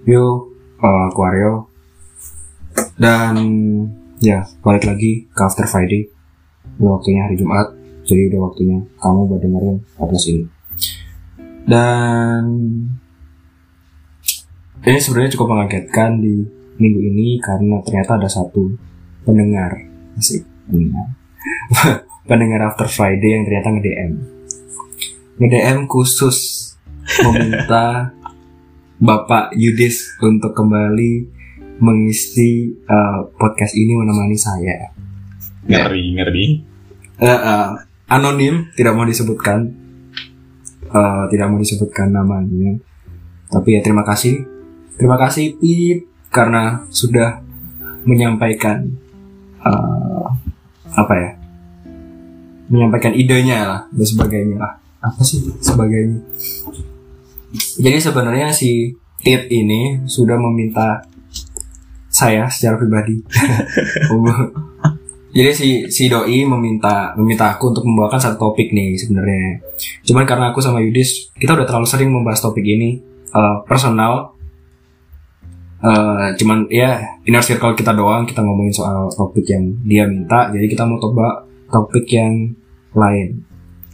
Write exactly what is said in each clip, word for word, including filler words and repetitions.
Yo, uh, aku Aryo. Dan ya, balik lagi ke After Friday. Udah waktunya hari Jumat, jadi udah waktunya kamu buat dengerin podcast ini. Dan ini sebenarnya cukup mengagetkan di minggu ini karena ternyata ada satu pendengar, masih pendengar, pendengar After Friday yang ternyata nge-D M, nge-D M khusus meminta Bapak Yudis untuk kembali mengisi uh, podcast ini menemani saya. Ngeri, ngeri. Uh, uh, anonim, tidak mau disebutkan, uh, tidak mau disebutkan namanya. Tapi ya terima kasih, terima kasih Pip karena sudah menyampaikan uh, apa ya, menyampaikan idenya lah dan sebagainya lah. Apa sih sebagainya? Jadi sebenarnya si Tit ini sudah meminta saya secara pribadi. Jadi si si doi meminta meminta aku untuk membawakan satu topik nih sebenarnya. Cuman karena aku sama Yudis kita udah terlalu sering membahas topik ini uh, personal. Uh, cuman ya inner circle kita doang, kita ngomongin soal topik yang dia minta. Jadi kita mau coba topik yang lain.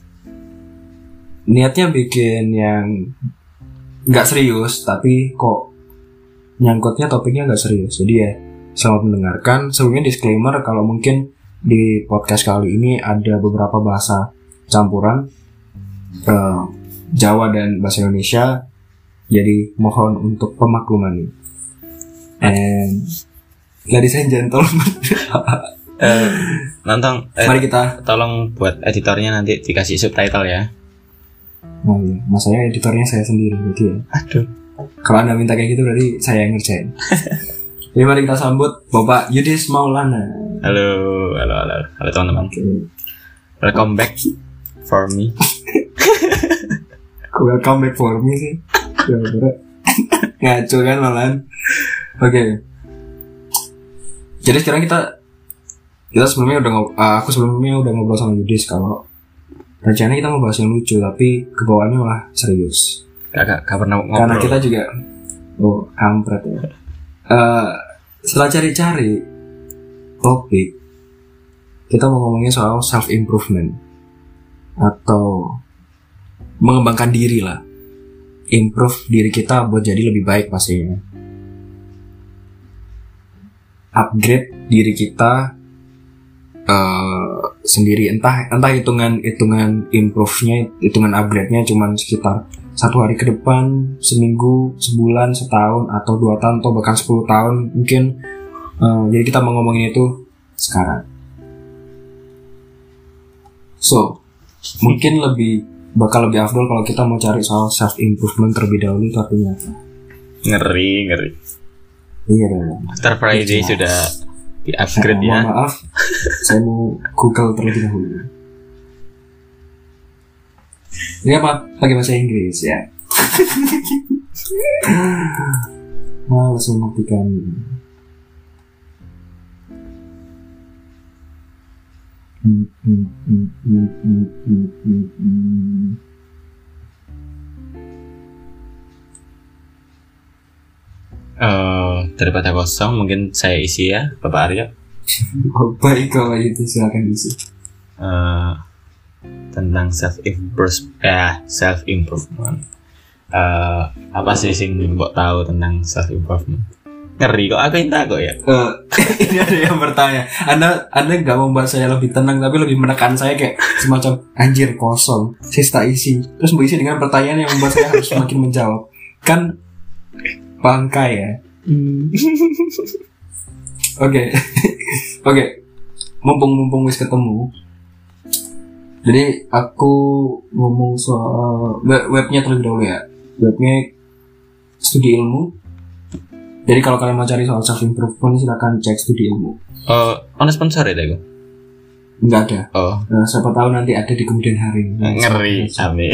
Niatnya bikin yang nggak serius, tapi kok nyangkutnya topiknya nggak serius. Jadi ya selamat mendengarkan. Sebelumnya disclaimer kalau mungkin di podcast kali ini ada beberapa bahasa campuran uh, Jawa dan bahasa Indonesia. Jadi mohon untuk pemakluman. And ladies and gentlemen, uh, nonton. Uh, mari kita tolong buat editornya nanti dikasih subtitle ya. Oh iya, masanya editornya saya sendiri berarti ya. Aduh. Kalau Anda minta kayak gitu berarti saya yang ngerjain. Jadi mari kita sambut Bapak Yudis Maulana. Halo, halo, halo, halo teman-teman. Okay. Welcome back for me. Welcome back for me sih. Ya bener. Ngaco kan malan. Oke. Okay. Jadi sekarang kita kita sebelumnya udah ngob- uh, aku sebelumnya udah ngobrol sama Yudis kalau rencananya kita mau bahas yang lucu tapi kebawaannya malah serius. Gak, gak, gak pernah ngobrol. Karena kita juga oh kampret ya. Uh, setelah cari-cari topik, kita mau ngomongin soal self improvement atau mengembangkan diri lah, improve diri kita buat jadi lebih baik pastinya, upgrade diri kita uh, sendiri. Entah entah hitungan hitungan improve-nya, hitungan upgrade-nya cuman sekitar satu hari ke depan, seminggu, sebulan, setahun, atau dua tahun, atau bahkan sepuluh tahun mungkin. Uh, jadi kita mau ngomongin itu sekarang. So, mungkin lebih bakal lebih afdol kalau kita mau cari soal self improvement terlebih dahulu. Itu artinya apa? Ngeri, ngeri. Iya dong. After Friday jelas. Sudah di upgrade uh, ya. Mohon maaf, saya mau Google terlebih dahulu. Ini apa? Pakai bahasa Inggris ya. Males mengartikan. Hmm, hmm, hmm, hmm, hmm, hmm, hmm, hmm. Uh, daripada kosong mungkin saya isi ya, Bapak Aryo. Oh, baik kalau itu silakan isi. Uh, tentang self improvement, eh, self improvement. Uh, apa sih sing mbok tahu tentang self improvement? Ngeri kok, aku yang tahu ya. Uh, ini ada yang bertanya. Anda Anda nggak membuat saya lebih tenang, tapi lebih menekan saya kayak semacam anjir kosong, sista isi. Terus berisi dengan pertanyaan yang membuat saya harus semakin menjawab. Kan bangkai ya. Oke, oke. Mumpung mumpung wis ketemu. Jadi aku ngomong soal web- webnya terlebih dahulu ya. Webnya Studi Ilmu. Jadi kalau kalian mau cari soal self improvement silakan cek Studi Ilmu. Oh, on sponsor ya Dago? Enggak ada. Oh. Nah, siapa tahu nanti ada di kemudian hari. Ngeri, amin.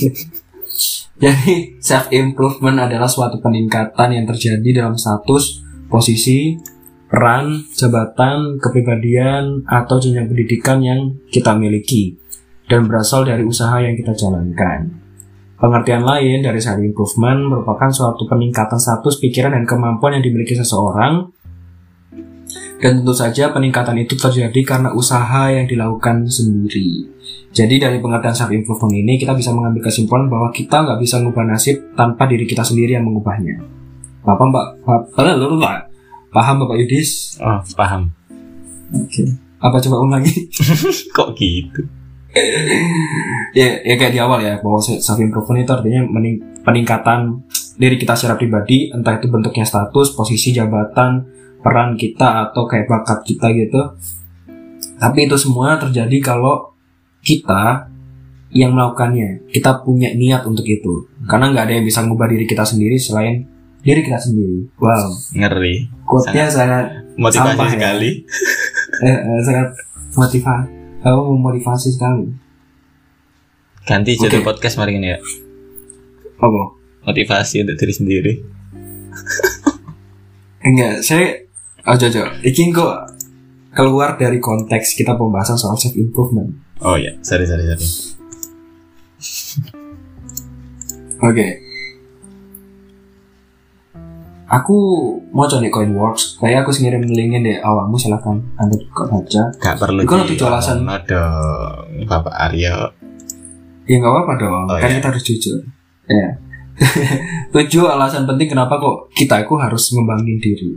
Jadi self improvement adalah suatu peningkatan yang terjadi dalam status, posisi, peran, jabatan, kepribadian atau jenjang pendidikan yang kita miliki dan berasal dari usaha yang kita jalankan. Pengertian lain dari self improvement merupakan suatu peningkatan status pikiran dan kemampuan yang dimiliki seseorang, dan tentu saja peningkatan itu terjadi karena usaha yang dilakukan sendiri. Jadi dari pengertian self improvement ini kita bisa mengambil kesimpulan bahwa kita nggak bisa mengubah nasib tanpa diri kita sendiri yang mengubahnya. Paham Mbak? Paham, paham Bapak Yudis? Oh, paham. Oke. Okay. Apa coba ulangi? Kok gitu? ya, ya kayak di awal ya, bahwa self improvement itu artinya mening- peningkatan diri kita secara pribadi, entah itu bentuknya status, posisi, jabatan, peran kita, atau kayak bakat kita gitu. Tapi itu semua terjadi kalau kita yang melakukannya, kita punya niat untuk itu. Karena nggak ada yang bisa mengubah diri kita sendiri selain diri kita sendiri. Wow, ngeri. Quote-nya sangat motivasi sampah, sekali. Ya. eh, eh, sangat motivasi. Kamu memotivasi sekali. Ganti judul Okay. podcast mari ini ya. Apa? Motivasi untuk diri sendiri. Enggak, saya oh jojo. Iki kok keluar dari konteks kita pembahasan soal self improvement. Oh ya, sorry sorry sorry. Oke. Okay. Aku mau coba nih Coinworks. Kayak aku ngirim linknya deh awakmu, silahkan Anda juga baca. Gak perlu. Itu tujuh alasan. Ada Bapak Aryo. Ya nggak apa-apa dong. Oh, kan iya. kita harus jujur. Ya. Tujuh alasan penting kenapa kok kita itu harus ngembangin diri.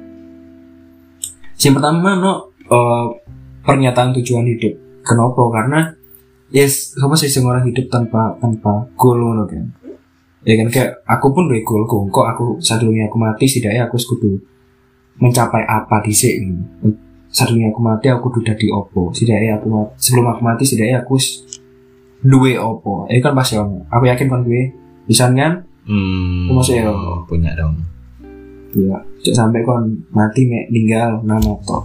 Yang pertama no uh, pernyataan tujuan hidup. Kenapa? Karena yes, apa sih orang hidup tanpa tanpa goal no kan? Ya kan kayak aku pun duwe goalku. Kok aku sadurunge aku mati setidaknya aku kudu mencapai apa dhisik ini. Sadurunge aku mati aku kudu dadi opo. Setidaknya aku mati, sebelum aku mati setidaknya aku duwe opo. Eh kan pasti ono. Aku yakin kan duwe misalnya Hmm. Maksudnya punya dong. iya, cek sampai kon mati mek ninggal nama tok.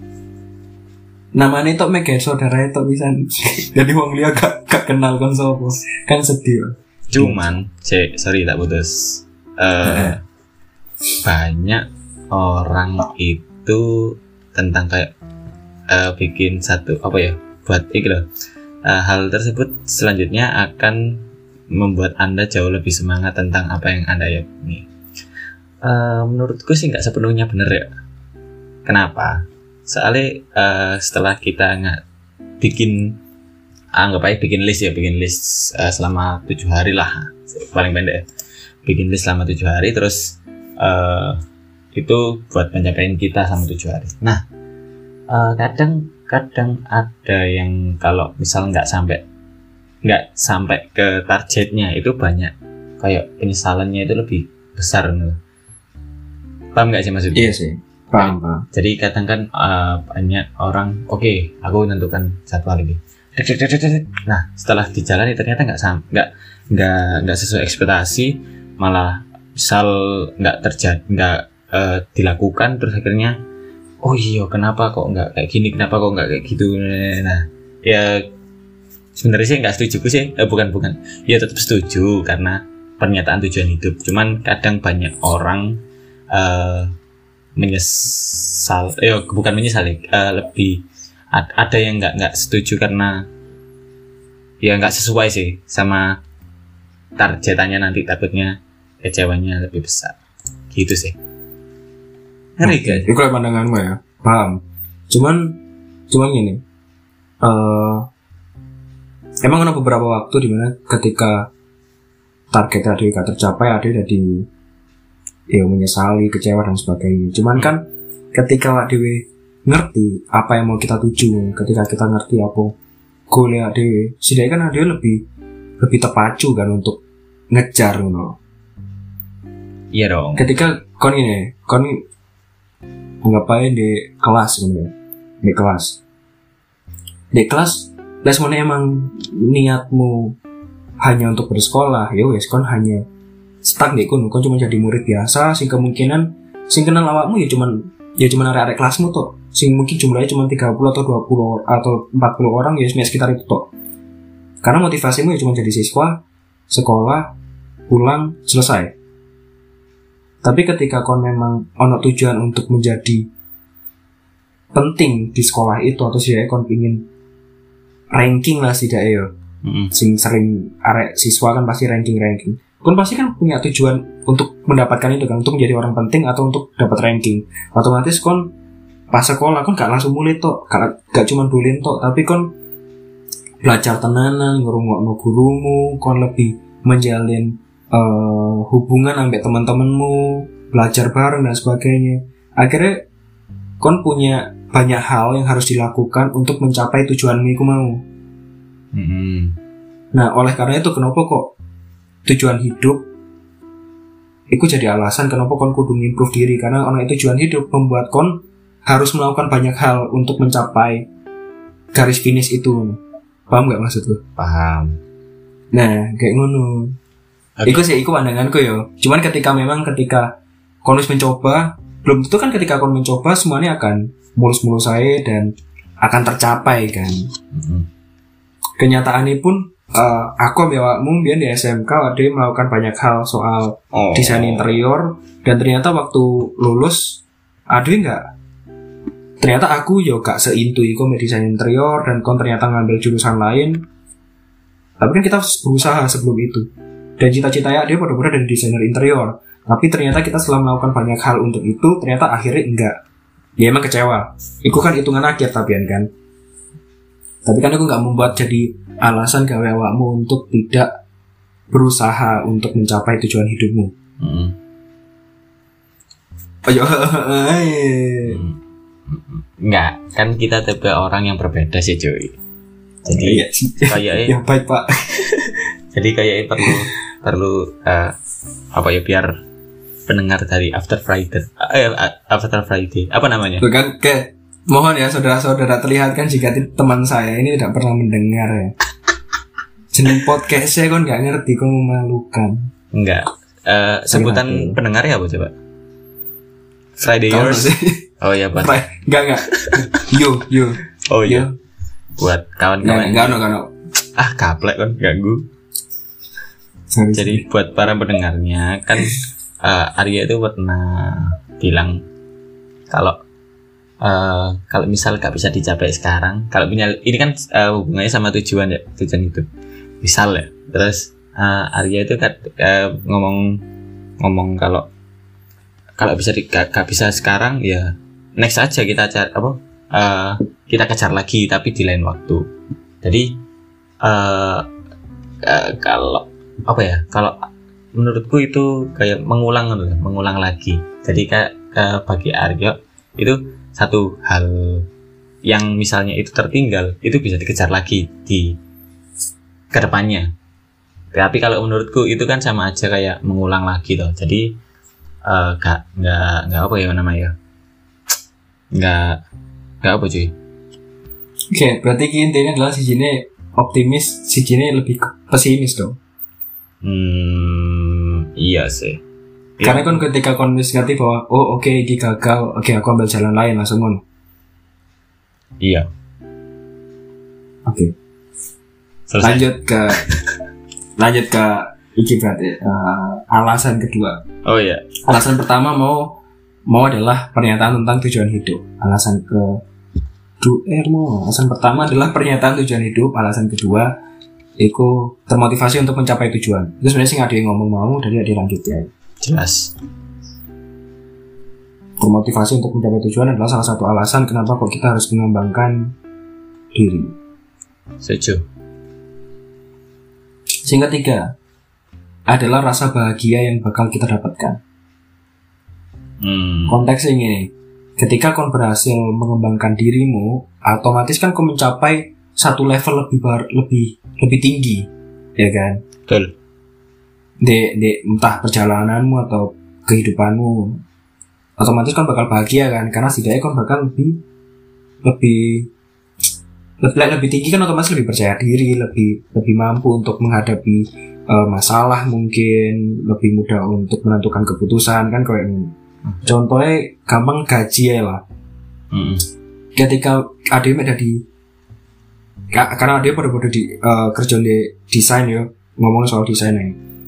Namanya tok mek kayak saudara tok bisa. Jadi wong liya gak, gak kenal kon sapa. Kan sedih. Cuman, cek, sorry tak putus. Uh, banyak orang itu tentang kayak uh, bikin satu apa ya, buat iki loh. Uh, hal tersebut selanjutnya akan membuat Anda jauh lebih semangat tentang apa yang Anda yakini. Uh, menurutku sih nggak sepenuhnya benar ya. Kenapa? Soalnya uh, setelah kita nggak bikin anggap aja bikin list ya, bikin list uh, selama tujuh hari lah, paling pendek ya. Bikin list selama tujuh hari, terus uh, itu buat pencapaian kita sama tujuh hari. Nah, uh, kadang kadang ada yang kalau misal nggak sampai nggak sampai ke targetnya itu banyak kayak penyesalannya itu lebih besar nih. Paham nggak sih maksudnya? Iya sih. Paham, paham. Jadi kadang kan uh, banyak orang, oke, okay, aku menentukan jadwal ini. Nah, setelah dijalani ternyata nggak sam, nggak nggak nggak sesuai ekspektasi, malah misal nggak terjadi, nggak uh, dilakukan, terus akhirnya, oh iya, kenapa kok nggak kayak gini, kenapa kok nggak kayak gitu. Nah, ya sebenarnya sih nggak setuju sih, eh, bukan bukan, ya tetap setuju karena pernyataan tujuan hidup. Cuman kadang banyak orang uh, menyesal, eh bukan menyesal, uh, lebih ad, ada yang nggak nggak setuju karena ya nggak sesuai sih sama targetannya, nanti takutnya kecewanya lebih besar, gitu sih. Ngeri kan? Itu lah pandanganmu ya, paham. Cuman, cuman gini, uh, emang ada beberapa waktu dimana ketika target tadi gak tercapai, ada jadi ya menyesali, kecewa dan sebagainya. Cuman kan ketika Wak Dewi ngerti apa yang mau kita tuju, ketika kita ngerti apa goalnya Wak Dewi, setidaknya kan Wak Dewi lebih lebih terpacu kan untuk ngejar loh. Iya dong. Ketika kon ini, kon ngapain di kelas gitu, di kelas, di kelas, les mana emang niatmu hanya untuk bersekolah, ya wes kon hanya stuck di kon, kon cuma jadi murid biasa, sing kemungkinan sing kenal awakmu ya cuman ya cuman arek-arek kelasmu tuh, sing mungkin jumlahnya cuma tiga puluh atau dua puluh atau empat puluh orang ya sekitar itu tuh. Karena motivasimu ya cuma jadi siswa, sekolah, pulang, selesai. Tapi ketika kon memang ono tujuan untuk menjadi penting di sekolah itu, atau sih kon pingin ranking lah setidaknya ya, Mm-hmm. Sing sering arek siswa kan pasti ranking-ranking. Kon pasti kan punya tujuan untuk mendapatkan itu kan, untuk menjadi orang penting atau untuk dapat ranking. Otomatis kon pas sekolah kon gak langsung mulai tok, gak, gak cuma dolen tok, tapi kon belajar tenanan, ngrungokno gurumu, kon lebih menjalin uh, hubungan sampai teman-temanmu, belajar bareng dan sebagainya. Akhirnya kon punya banyak hal yang harus dilakukan untuk mencapai tujuanmu iku mau. Mm-hmm. Nah, oleh karena itu kenapa kok tujuan hidup itu jadi alasan kenapa kon kudu improve diri, karena ono tujuan hidup membuat kon harus melakukan banyak hal untuk mencapai garis finish itu. Paham gak maksud gue? Paham. Nah, kayak ngono. Okay. Iku sih, iku pandanganku yo. Cuman ketika memang ketika kon wis mencoba, belum tentu kan ketika kon mencoba semuanya akan mulus-mulus aja dan akan tercapai kan. Mm-hmm. Kenyataannya pun uh, aku ambil awakmu biar di S M K ada melakukan banyak hal soal oh. desain interior, dan ternyata waktu lulus ada nggak? Ternyata aku yo gak seintu iku desain interior dan kon ternyata ngambil jurusan lain. Tapi kan kita berusaha sebelum itu. Dan cita-citanya dia pada-pada dari desainer interior. Tapi ternyata kita setelah melakukan banyak hal untuk itu, ternyata akhirnya enggak. Ya emang kecewa. Itu kan hitungan akhir tapi kan. Tapi kan aku gak membuat jadi alasan gawe awakmu untuk tidak berusaha untuk mencapai tujuan hidupmu. Mm. Ayo. Mm. Enggak, kan kita tipe orang yang berbeda sih cuy. Jadi iya, kayaknya ya baik pak. Jadi kayaknya perlu perlu uh, apa ya biar pendengar dari After Friday, eh, After Friday apa namanya? Bukan ke mohon ya saudara-saudara terlihatkan jika teman saya ini tidak pernah mendengar ya. Jeneng podcast saya kan nggak ngerti, kok memalukan. Enggak, uh, sebutan pendengar ya apa coba? Fridayers. Oh ya buat. Enggak enggak. Yo yo. Oh iya. Buat kawan-kawan. Enggak no enggak no. Ah kaplek kan ganggu. Sorry, Jadi sorry. Buat para pendengarnya kan uh, Arya itu pernah bilang kalau uh, kalau misal gak bisa dicapai sekarang, kalau punya ini kan uh, hubungannya sama tujuan ya, tujuan hidup. Misal ya. Terus uh, Arya itu kan uh, ngomong ngomong kalau kalau bisa di, gak, gak bisa sekarang ya next aja kita cari apa uh, kita kejar lagi tapi di lain waktu. Jadi uh, uh, kalau apa ya kalau menurutku itu kayak mengulang mengulang lagi. Jadi kayak uh, bagi Aryo itu satu hal yang misalnya itu tertinggal itu bisa dikejar lagi di kedepannya. Tapi kalau menurutku itu kan sama aja kayak mengulang lagi loh. Jadi Uh, gak, gak, gak apa ya namanya gak, gak apa cuy. Oke, okay, berarti intinya adalah si Jine optimis, si Jine lebih pesimis dong. Hmm, iya sih. Karena kan ketika kon wis ngerti bahwa oh oke okay, ini gagal, oke okay, aku ambil jalan lain langsung ngono. Iya. Oke. Okay. Lanjut ke lanjut ke iki berarti uh, alasan kedua. Oh iya. Alasan pertama mau mau adalah pernyataan tentang tujuan hidup. Alasan ke eh, mau. Alasan pertama adalah pernyataan tujuan hidup. Alasan kedua itu termotivasi untuk mencapai tujuan. Itu sebenarnya sih ada yang ngomong mau, dari ada lanjut ya. Jelas. Termotivasi untuk mencapai tujuan adalah salah satu alasan kenapa kok kita harus mengembangkan diri. Setuju. Yang ketiga adalah rasa bahagia yang bakal kita dapatkan. Hmm. Konteksnya ini, ketika kon berhasil mengembangkan dirimu, otomatis kan kon mencapai satu level lebih bar, lebih lebih tinggi, ya kan? Betul. De, de entah perjalananmu atau kehidupanmu, otomatis kon bakal bahagia kan? Karena setidaknya kon bakal lebih lebih lebih lebih tinggi kan, otomatis lebih percaya diri, lebih lebih mampu untuk menghadapi Uh, masalah, mungkin lebih mudah untuk menentukan keputusan kan. Kayak hmm. contohnya gampang gaji ya lah. Hmm. Ketika ada yang ada di karena dia pada-pada di uh, kerja di desain ya, ngomong soal desainnya.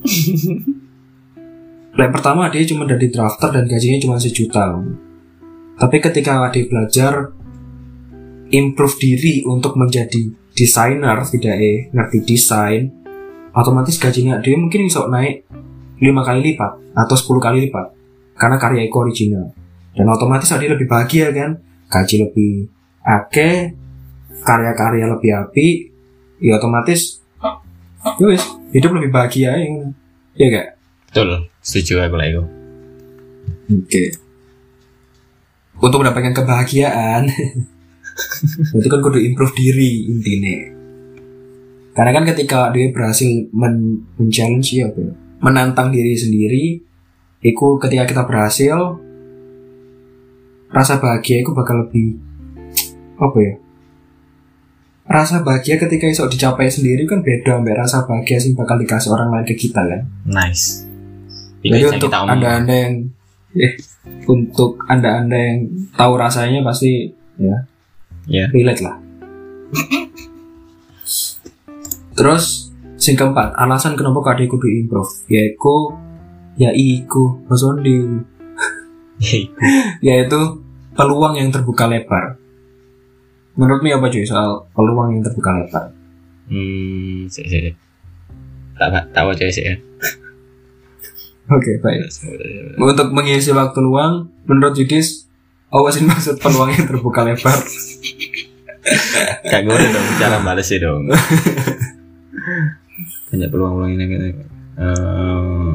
Yang pertama dia cuma dari drafter dan gajinya cuma sejuta. Tapi ketika dia belajar improve diri untuk menjadi desainer tidak eh ngerti desain, otomatis gajinya dia mungkin bisa naik lima kali lipat atau sepuluh kali lipat karena karya itu original. Dan otomatis dia lebih bahagia kan, gaji lebih akeh, karya-karya lebih api, ya otomatis ya wis hidup lebih bahagia ya, ya gak? Betul, setuju aku lah itu. Oke. Okay. Untuk mendapatkan kebahagiaan itu kan kudu improve diri intinya. Karena kan ketika dia berhasil men- men-challenge ya, apa ya, menantang diri sendiri, itu ketika kita berhasil, rasa bahagia itu bakal lebih apa ya? Rasa bahagia ketika iso dicapai sendiri kan beda mbak rasa bahagia sih bakal dikasih orang lain ke kita kan. Nice. Jadi untuk anda-anda yang eh, untuk anda-anda yang tahu rasanya pasti ya yeah. relate lah. Terus sing keempat, alasan kenapa kadek kudu improve yaiku ya iku maksudnya yaitu peluang yang terbuka lebar. Menurutmu apa cuy soal peluang yang terbuka lebar? Hmm, sih sih. Tak tak wajar sih ya. Oke, okay, baik. Untuk mengisi waktu luang, menurut Yudis, apa sih maksud peluang yang terbuka lebar? Kak gue dong, cara balas sih dong. Banyak peluang-peluang ini gitu. Uh,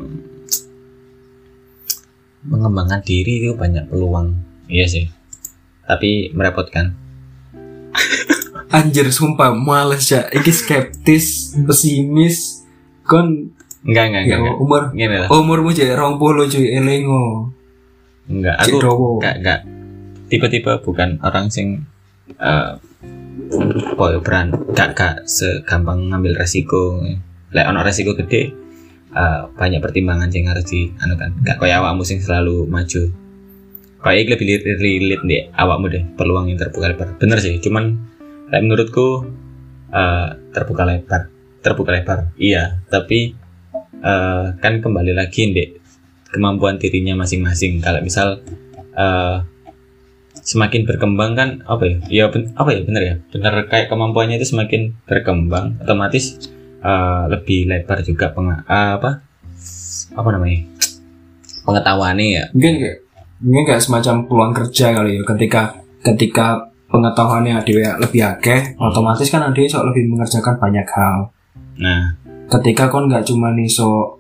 mengembangkan diri itu banyak peluang, iya sih. Tapi merepotkan. Anjir, sumpah males ya. Iki skeptis, pesimis, kon. Enggak, enggak, ya, enggak. Umur, gini lah. Umurmu jadi rong puluh cuy, elengo. Enggak, aku enggak, enggak. Tipe-tipe bukan orang sing uh, boy brand, gak gak segampang ngambil resiko. Lek ono resiko gede, uh, banyak pertimbangan yang harus di anu kan. Gak koyo awakmu sing selalu maju. Kayak iki lebih relate deh awakmu deh, peluang yang terbuka lebar. Bener sih, cuman lek menurutku uh, terbuka lebar, terbuka lebar. Iya, tapi Uh, kan kembali lagi ndek kemampuan dirinya masing-masing. Kalau misal uh, semakin berkembang kan apa ya? Ya ben, apa ya benar ya? Benar kayak kemampuannya itu semakin berkembang, otomatis uh, lebih lebar juga peng, uh, apa apa namanya pengetahuannya ya. Mungkin kayak mungkin kayak semacam peluang kerja kali ya. Ketika ketika pengetahuannya dia lebih akeh, hmm. otomatis kan dia so lebih mengerjakan banyak hal. Nah. Ketika kon nggak cuma iso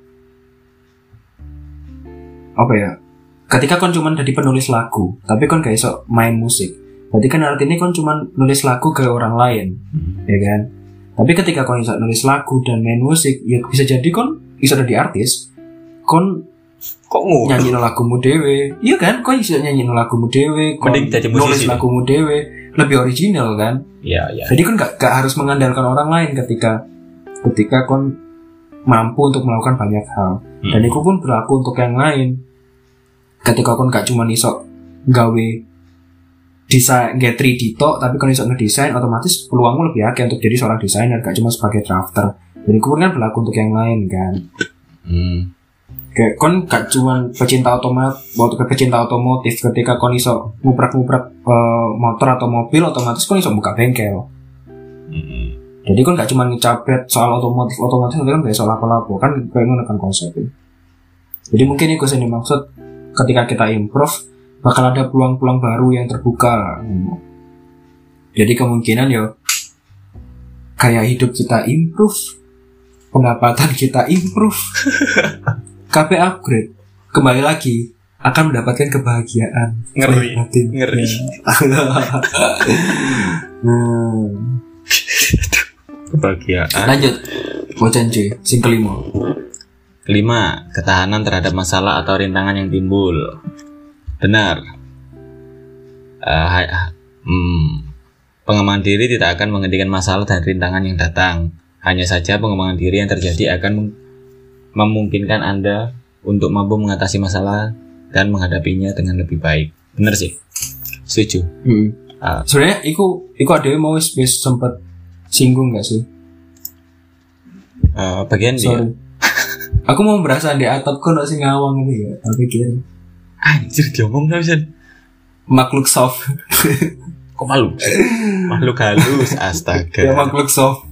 apa ya, ketika kon cuma jadi penulis lagu, tapi kon gak iso main musik, berarti kan artinya kon cuma nulis lagu ke orang lain, hmm. ya kan? Tapi ketika kon iso nulis lagu dan main musik, ya bisa jadi kon iso jadi artis, kon kok nyanyi lagumu dewe, iya kan? Kon iso nyanyi lagumu dewe, kon nulis lagumu dewe, lebih original kan? Iya iya. Jadi kon gak, gak harus mengandalkan orang lain ketika ketika kon mampu untuk melakukan banyak hal, hmm. dan itu pun berlaku untuk yang lain. Ketika kon gak cuma iso gawe desain get tiga D tok, tapi kon iso ngedesain, otomatis peluangmu lebih akeh untuk jadi seorang desainer, gak cuma sebagai drafter. Dan itu pun kan berlaku untuk yang lain kan. Hmm. Kayak kon gak cuma pecinta otomotif, waktu ke pecinta otomotif, ketika kon iso nguprak-nguprak uh, motor atau mobil, otomatis kon iso buka bengkel. Hmm. Jadi kan gak cuma ngecapret soal otomotif otomotif kan gak soal apa-apa kan kayak ngono kan konsepnya. Jadi mungkin itu yang dimaksud ketika kita improve bakal ada peluang-peluang baru yang terbuka. Jadi kemungkinan yo kayak hidup kita improve, pendapatan kita improve, K P upgrade, kembali lagi akan mendapatkan kebahagiaan. Ngeri, ngeri. hmm. Kebahagiaan. Lanjut, bocan cuy, sing kelima. Kelima, ketahanan terhadap masalah atau rintangan yang timbul. Benar. Uh, hai, hmm, pengembangan diri tidak akan menghentikan masalah dan rintangan yang datang. Hanya saja pengembangan diri yang terjadi akan memungkinkan Anda untuk mampu mengatasi masalah dan menghadapinya dengan lebih baik. Benar sih. Setuju. Hmm. Uh, Sebenarnya, iku, iku ada yang mau wis sempat singgung gak sih? Uh, bagian Sorry. dia. Aku mau berasa di atap kok gak sih ngawang ini ya. Tapi kira anjir diomong gak bisa. Makhluk soft. Kok malu? Makhluk halus, astaga. Ya makhluk soft.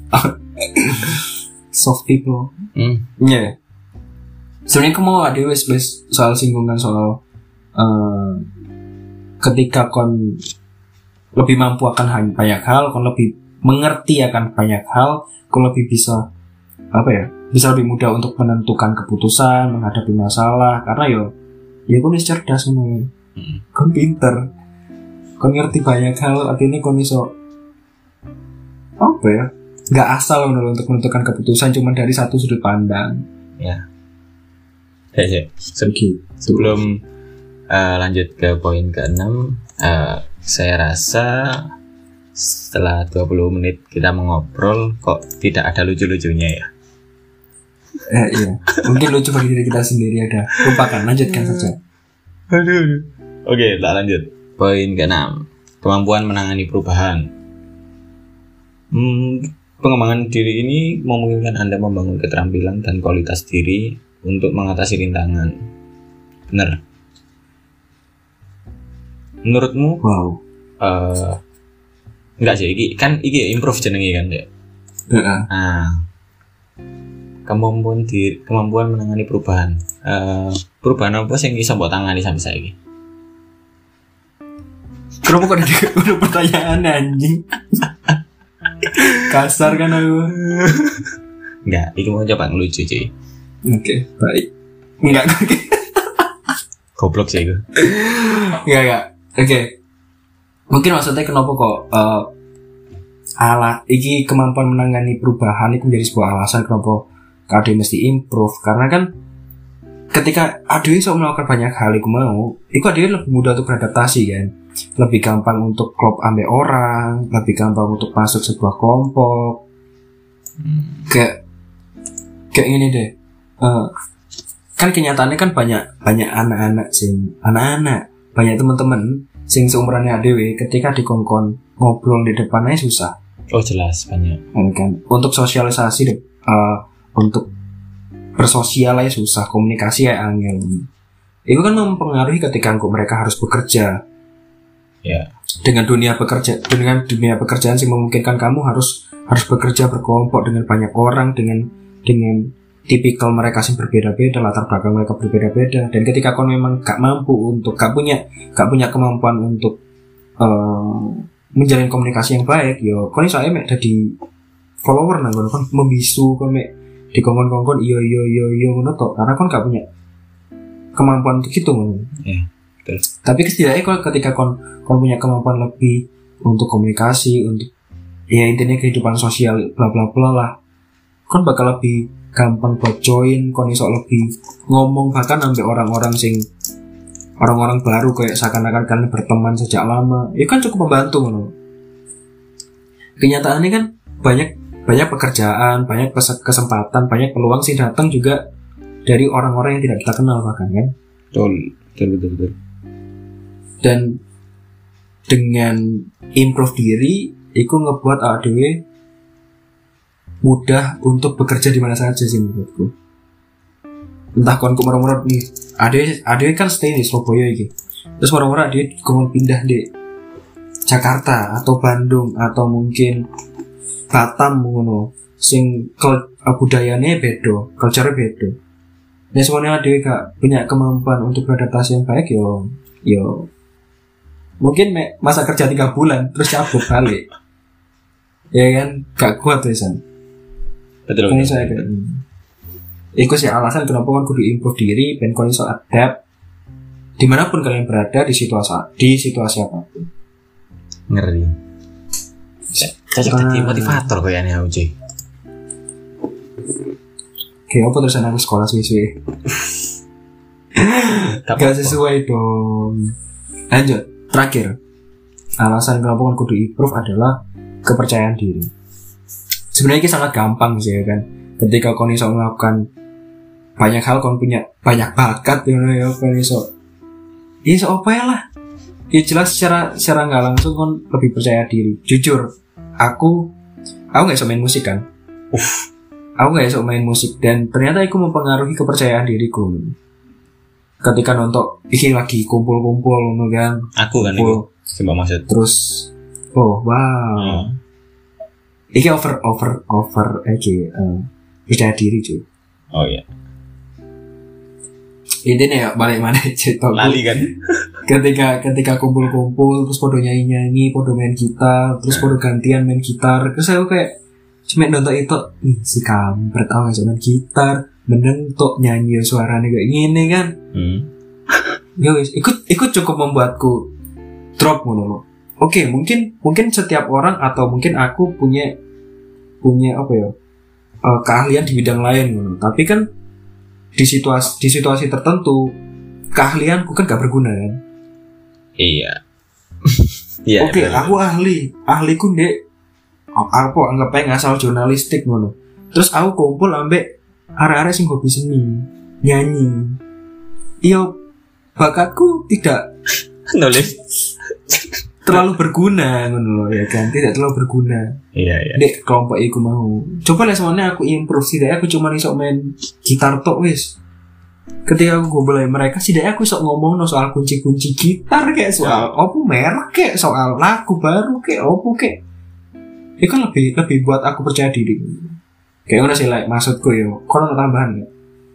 Soft people. Hmm. Iya. Yeah. Sebenarnya kamu ada wes wes soal singgungan soal uh, ketika kon lebih mampu akan banyak hal, kon lebih mengerti akan banyak hal, kon lebih bisa apa ya? Bisa lebih mudah untuk menentukan keputusan, menghadapi masalah karena yo ya kon cerdas nih. Hmm. Kon pinter. Kon ngerti banyak hal, artinya kon iso apa ya? Gak asal loh untuk menentukan keputusan cuma dari satu sudut pandang. Ya. Ya, ya. Se- sebelum uh, lanjut ke poin keenam, uh, saya rasa setelah dua puluh menit kita mengobrol kok tidak ada lucu-lucunya ya. Eh, iya. Mungkin lucu bagi diri kita sendiri ada. Lupakan, lanjutkan saja. Aduh. Oke, tak lanjut. Poin keenam, kemampuan menangani perubahan. Hmm, pengembangan diri ini memungkinkan Anda membangun keterampilan dan kualitas diri untuk mengatasi rintangan. Benar. Menurutmu? Wow. Uh, enggak sih, iki kan iki improve jenenge kan ya. Heeh. Nah, kemampuan diri, kemampuan menangani perubahan. Uh, perubahan apa sing iso mbok tangani sampai saiki? Kenapa kok ada pertanyaan anjing? Kasar kan aku. Enggak, iki mau coba ngelucu cuy. Oke, okay, baik. Enggak, oke. Goblok sih itu. Enggak, enggak. Oke. Okay. Mungkin maksudnya kenapa kok uh, ala iki kemampuan menangani perubahan itu menjadi sebuah alasan kenapa Ade mesti improve karena kan ketika Ade bisa melakukan banyak hal iku mau, iku Ade lebih mudah untuk beradaptasi kan. Lebih gampang untuk klop ambek orang, lebih gampang untuk masuk sebuah kelompok. Hmm. Kayak kayak gini deh. Uh, kan kenyataannya kan banyak banyak anak-anak sing anak-anak, banyak teman-teman sing seumurannya adewe ketika dikongkon ngobrol di depannya susah. Oh jelas banyak. Kan untuk sosialisasi uh, untuk bersosialnya susah, komunikasi ya angel. Itu kan mempengaruhi ketika mereka harus bekerja. Ya. Dengan dunia bekerja, dengan dunia pekerjaan sih memungkinkan kamu harus harus bekerja berkelompok dengan banyak orang, dengan dengan tipikal mereka sih berbeda-beda, latar belakang mereka berbeda-beda. Dan ketika kau memang gak mampu untuk gak punya gak punya kemampuan untuk uh, menjalin komunikasi yang baik, yo kau ini soalnya mek jadi follower nang kon membisu kon mek dikongkon-kongkon iyo iyo iyo iyo ngono tok karena kon gak punya kemampuan untuk itu ngono. Yeah. Betul. Tapi setidaknya kalau ketika kon kon punya kemampuan lebih untuk komunikasi, untuk ya intinya kehidupan sosial bla bla bla lah, kon bakal lebih gampang buat join, kon iso lebih ngomong bahkan sampai orang-orang sing orang-orang baru kayak seakan-akan kalian berteman sejak lama. Ya kan cukup membantu ngono. Kenyataannya kan banyak banyak pekerjaan, banyak kesempatan, banyak peluang sih datang juga dari orang-orang yang tidak kita kenal bahkan kan. Betul, betul betul betul. Dan dengan improve diri itu ngebuat A D W mudah untuk bekerja di mana saja sih menurutku. Entah kon kemurah-murah nih A D W A D W kan stay di Surabaya iki. Terus murah-murah dia kemau pindah di Jakarta atau Bandung atau mungkin Batam ngono sing budayanya beda, culture beda. Nah semuanya A D W gak punya kemampuan untuk beradaptasi yang baik yo yo mungkin me, masa kerja tiga bulan terus cabut balik ya kan gak kuat terusan. Betul betul, saya betul. Itu sih alasan kenapa kan kudu improve diri dan kau iso adapt dimanapun kalian berada di situasi di situasi apapun. Ngeri. Cocok jadi motivator kayaknya Uji. Kayak apa terusan aku sekolah suwi-suwi. Gak sesuai dong. Lanjut. Terakhir, alasan kenapa kan kudu improve adalah kepercayaan diri. Sebenarnya ini sangat gampang sih ya kan. Ketika kau iso melakukan banyak hal, kau punya banyak bakat ya kau iso. Iso apa ya lah. Ya jelas secara secara nggak langsung kau lebih percaya diri. Jujur, aku aku nggak iso main musik kan. Uff, aku nggak iso main musik dan ternyata aku mempengaruhi kepercayaan diriku. Ketika nonton iki lagi kumpul-kumpul kan aku kan itu coba maksud terus Oh wow. Hmm. Iki over over over iki uh, percaya diri cuy. Oh iya. Intinya ya balik mana cerita lali kan. ketika ketika kumpul-kumpul terus podo nyanyi-nyanyi, podo main gitar, terus podo gantian main gitar. Terus aku kayak cuma nonton itu, ih si kampret awake main gitar, mending tok nyanyi suaranya kayak gini kan. Hmm. Ya wis, ikut ikut cukup membuatku drop ngono. Oke, okay, mungkin mungkin setiap orang atau mungkin aku punya punya apa ya? Uh, keahlian di bidang lain ngono. Tapi kan di situasi di situasi tertentu keahlianku kan gak berguna kan. Iya. Iya. Oke, okay, aku ahli. Ahliku ndek apa anggap aja ngasal jurnalistik ngono. Terus aku kumpul ambek arek-arek sing hobi seni, nyanyi. Iyo bakatku tidak nulis terlalu berguna ngono ya kan, tidak terlalu berguna. Iya iya. Dek kelompok iku mau. Coba lah semuanya aku improve sih, aku cuma iso main gitar tok wis. Ketika aku ngobrol mereka sih, aku iso ngomong no soal kunci-kunci gitar kayak soal opo merek kayak soal lagu baru kayak opo kayak. Itu kan lebih lebih buat aku percaya diri. Kayak ngono sih like maksudku yo. Kono tambahan ya.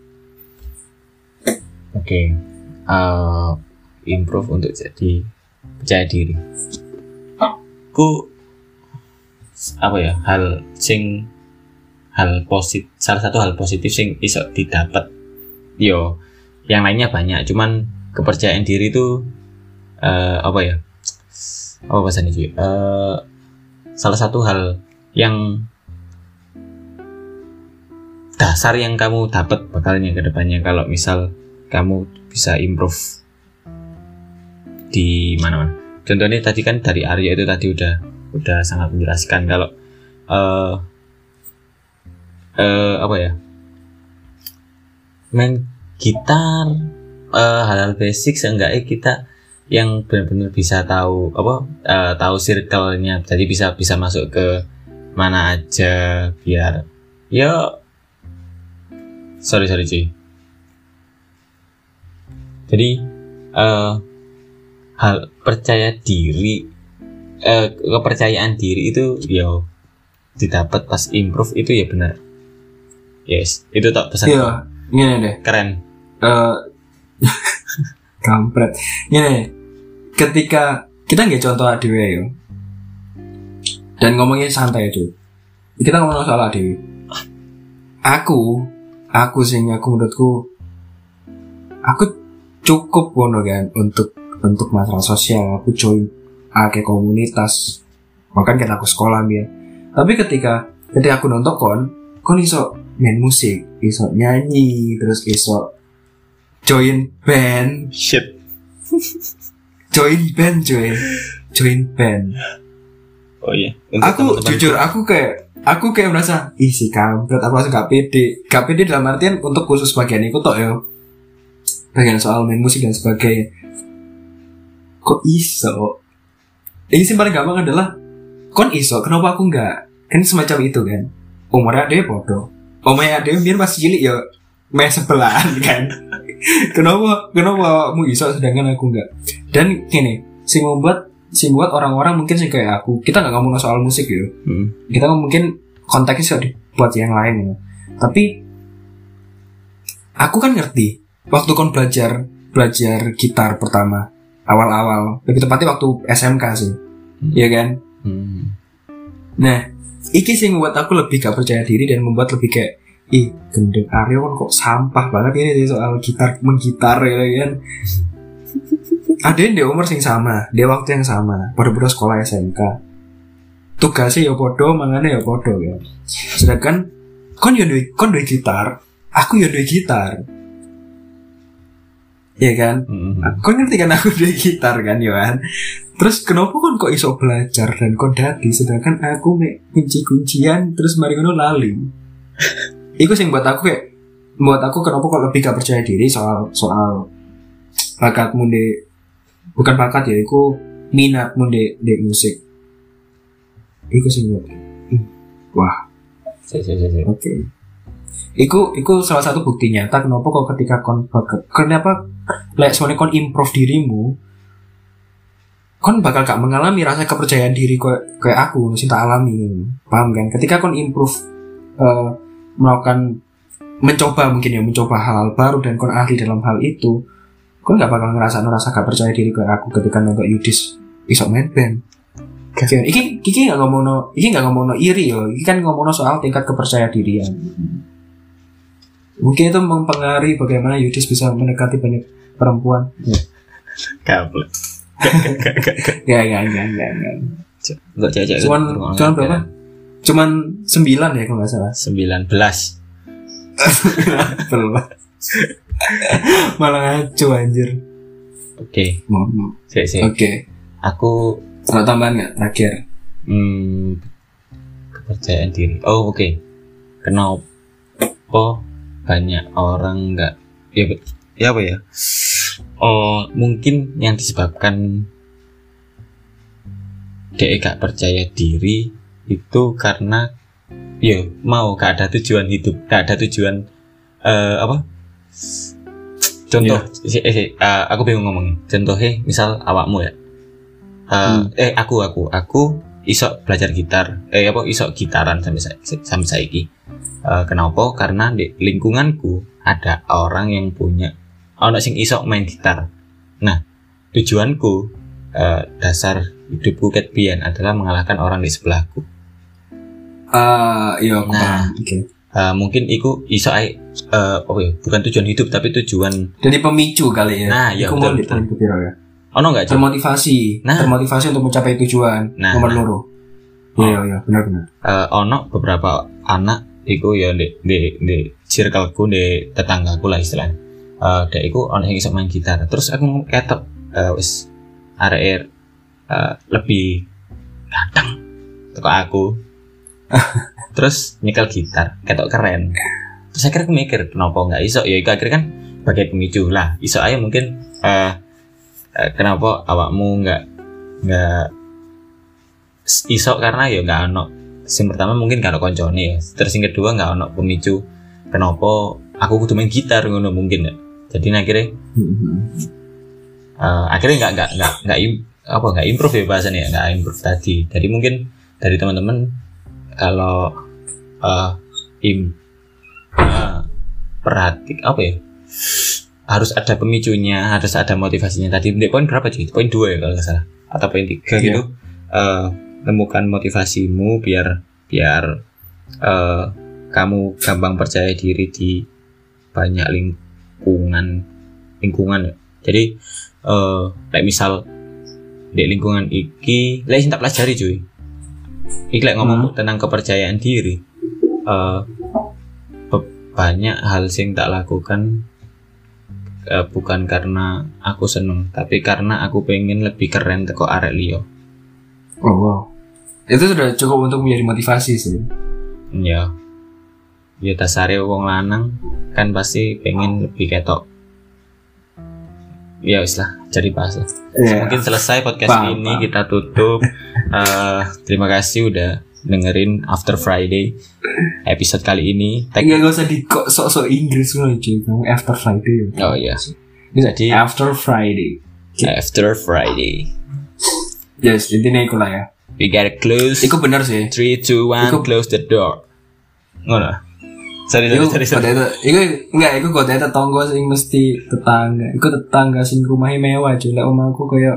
Oke. Okay. Uh, improve untuk jadi percaya diri. Ku apa ya hal sing hal positif, salah satu hal positif sing iso didapat yo yang lainnya banyak, cuman kepercayaan diri itu uh, apa ya apa bahasanya cuy uh, salah satu hal yang dasar yang kamu dapat bakalnya ke depannya kalau misal kamu bisa improve di mana-mana. Contohnya tadi kan dari Arya itu tadi udah udah sangat menjelaskan kalau uh, uh, apa ya main gitar uh, hal-hal basic seenggaknya kita yang benar-benar bisa tahu apa uh, tahu circle-nya, jadi bisa bisa masuk ke mana aja biar ya sorry sorry cuy jadi uh, hal percaya diri eh, kepercayaan diri itu ya didapat pas improve itu ya benar. Yes, itu tak pesan. Iya, gini deh. Keren. Uh, kampret. Gini, ketika kita nggak contoh A D W yo. Dan ngomongnya santai aja. Kita ngomong soal A D W. Aku, aku sing aku menurutku aku cukup ngono kan untuk untuk masalah sosial. Aku join ake komunitas, bahkan kan aku sekolah ya. Tapi ketika ketika aku nonton kon kon iso main musik, iso nyanyi, terus iso join band, shit join band join join band. Oh iya. Untuk aku teman-teman jujur aku kayak aku kayak merasa ih si kampret, aku langsung gak pede gak pede dalam artian untuk khusus bagian itu tok ya, bagian soal main musik dan sebagainya. Kok iso? Ini sih paling gampang adalah kon iso, kenapa aku enggak? Kan semacam itu kan. Umurnya dia bodoh. Umurnya dia biar masih cilik ya main sebelahan kan. Kenapa kenapa kamu iso sedangkan aku enggak? Dan gini, sing membuat sing buat orang-orang mungkin sih kayak aku, kita enggak ngomong soal musik ya. Hmm. Kita mungkin konteksnya sudah dibuat yang lain ya. Tapi aku kan ngerti waktu kon belajar belajar gitar pertama awal-awal, lebih tepatnya waktu S M K sih, hmm. Iya kan? Hmm. Nah, iki sih membuat aku lebih gak percaya diri dan membuat lebih kayak, ih, gendeng Aryo kan kok sampah banget ini soal gitar, menggitar ya kan? Ada yang di umur sing sama, di waktu yang sama, pada-pada sekolah S M K. Tugasnya ya podo, mangane ya podo ya. Sedangkan kon yo duwe kon duwe gitar, aku yo duwe gitar. Iya kan, mm-hmm. Kau ngerti kan aku dari gitar kan, Yohan. Terus kenapa kon kok iso belajar dan kon dadi, sedangkan aku mek kunci-kuncian terus mari ngono lali. Iku sing buat aku kayak, buat aku kenapa kok lebih gak percaya diri soal soal bakatmu di, bukan bakat ya, iku minatmu di di musik. Iku sing buat, wah, oke. Okay. Iku, iku salah satu bukti nyata kenapa kok ketika kon bakat, kenapa lek like, soalnya kon improve dirimu kon bakal gak mengalami rasa kepercayaan diri kayak kayak aku sing tak alami. Paham kan? Ketika kon improve uh, melakukan mencoba mungkin ya mencoba hal-hal baru dan kon ahli dalam hal itu, kon gak bakal ngerasa ngerasa gak percaya diri kayak aku ketika nonton Yudis iso main band. Kayak iki iki gak ngomongno, iki gak ngomongno iri yo, iki kan ngomongno soal tingkat kepercayaan dirian. Mungkin itu mempengaruhi bagaimana Yudis bisa mendekati banyak perempuan. Kabel. Ya ya ya ya ya. Enggak cecek. Cuman cuman berapa? Cuman sembilan ya kalau nggak salah. sembilan belas. Belum. Malah ngaco anjir. Oke. Mohon. Sik sik. Oke. Aku ada tambahan nggak terakhir? Hmm, kepercayaan diri. Oh oke. Okay. Kenapa banyak orang nggak? Ya, ya apa ya? Oh mungkin yang disebabkan dia gak percaya diri itu karena ya mau gak ada tujuan hidup, gak ada tujuan uh, apa? Contoh, yeah. eh, eh, uh, aku bingung ngomongnya. Contohnya misal awakmu ya. Uh, hmm. Eh aku aku aku iso belajar gitar. Eh apa iso gitaran sampai sa- sampai saiki. Uh, kenapa? Karena di lingkunganku ada orang yang punya ono sing iso main gitar. Nah, tujuanku uh, dasar hidupku ket biyen adalah mengalahkan orang di sebelahku. Ah, uh, iya, nah, oke. Okay. Uh, mungkin iku iso ae uh, oh ya, bukan tujuan hidup tapi tujuan jadi pemicu kali ya. Nah, ya iku betul betul. Ya. Ono enggak termotivasi, nah. termotivasi untuk mencapai tujuan. Nah, nomor nah. loro. Iya, iya, benar-benar. Uh, ono beberapa anak iku ya di di di circleku, di tetanggaku lah istilahnya. Uh, dek iku ono sing iso main gitar. Terus aku ketok uh, wis arek uh, lebih ganteng teko aku. Terus nyekel gitar, ketok keren. Terus akhirnya aku mikir kenapa enggak iso? Ya iku akhirnya kan bagai pemicu lah. Iso aja mungkin uh, uh, kenapa awakmu enggak enggak iso karena ya enggak ono. Sing pertama mungkin gak ono koncone ya. Terus yang kedua enggak ono pemicu kenapa aku kudu main gitar ngono mungkin ya. Jadi akhirnya uh, akhirnya nggak nggak nggak nggak im, apa nggak improve ya bahasanya nggak improve tadi. Jadi mungkin dari teman-teman kalau uh, im uh, perhati apa ya harus ada pemicunya, harus ada motivasinya. Tadi di poin berapa sih? Poin dua ya kalau nggak salah atau poin tiga gitu. Uh, temukan motivasimu biar biar uh, kamu gampang percaya diri di banyak lingkungan lingkungan lingkungan ya. Jadi uh, kayak misal di lingkungan iki lek sing tak pelajari cuy. Iki lek ngomong hmm. tentang kepercayaan diri. Uh, banyak hal sing tak lakukan uh, bukan karena aku seneng, tapi karena aku pengen lebih keren teko arek liya. Oh wow. Itu sudah cukup untuk menjadi motivasi sih. Ya. Ya dasare wong lanang kan pasti pengen lebih ketok. Ya wis lah, jadi bahas lah. Yeah. Mungkin selesai podcast paham, ini paham. Kita tutup. uh, terima kasih udah dengerin After Friday episode kali ini. Enggak enggak usah di kok sok-sok Inggris loh cuy, kamu After Friday. Oh iya. Jadi After Friday. Okay. After Friday. Yes, intinya iku lah ya. We gotta close. Iku bener sih. three, two, one, iku... close the door. Ngono. Sorry, iku, sorry, sorry. Itu, iku enggak, iku kok tetangga sing mesti tetangga. Iku tetangga sing rumahnya mewah cuy. Lek omahku koyo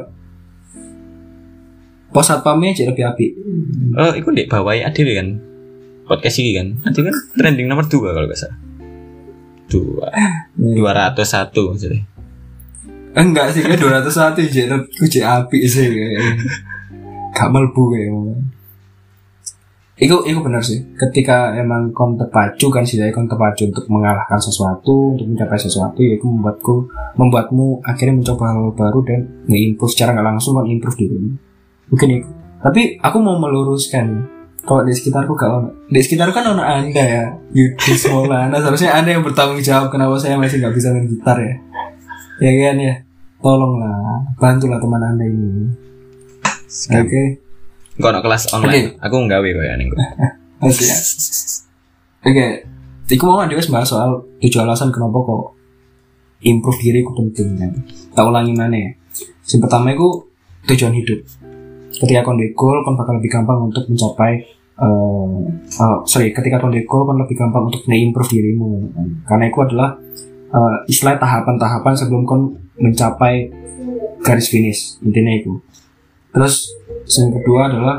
pos satpamnya aja lebih apik. Oh, iku ndek bawahi adewe kan. Podcast ini kan. Nanti kan trending nomor dua kalau enggak salah. dua. dua ratus satu maksudnya. Enggak sih, kayak dua ratus satu aja lebih apik sih kayaknya. Gak melbu kayaknya. Iku, iku benar sih. Ketika emang kon terpacu kan sih, kon terpacu untuk mengalahkan sesuatu, untuk mencapai sesuatu, ya itu membuatku, membuatmu akhirnya mencoba hal baru dan nge-improve secara nggak langsung kon improve dirimu. Mungkin itu. Tapi aku mau meluruskan, kalau di sekitarku gak ono, di sekitarku kan ono anda ya, Yudis Maulana. Seharusnya anda yang bertanggung jawab kenapa saya masih nggak bisa main gitar ya. Ya kan ya, tolonglah, bantulah teman anda ini. Oke. Okay. Gak ada kelas online. Okay. Aku nggawe kok ya ning. Masih ya. Oke. Iku mau ada bahas soal tujuh alasan kenapa kok improve diri ku penting kan. Tak ulangi mana ya. Yang pertama iku tujuan hidup. Ketika kon duwe goal, kon bakal lebih gampang untuk mencapai uh, uh, sorry, ketika kon duwe goal, kon lebih gampang untuk nge-improve dirimu. Karena itu adalah uh, istilah tahapan-tahapan sebelum kon mencapai garis finish, intinya itu. Terus yang kedua adalah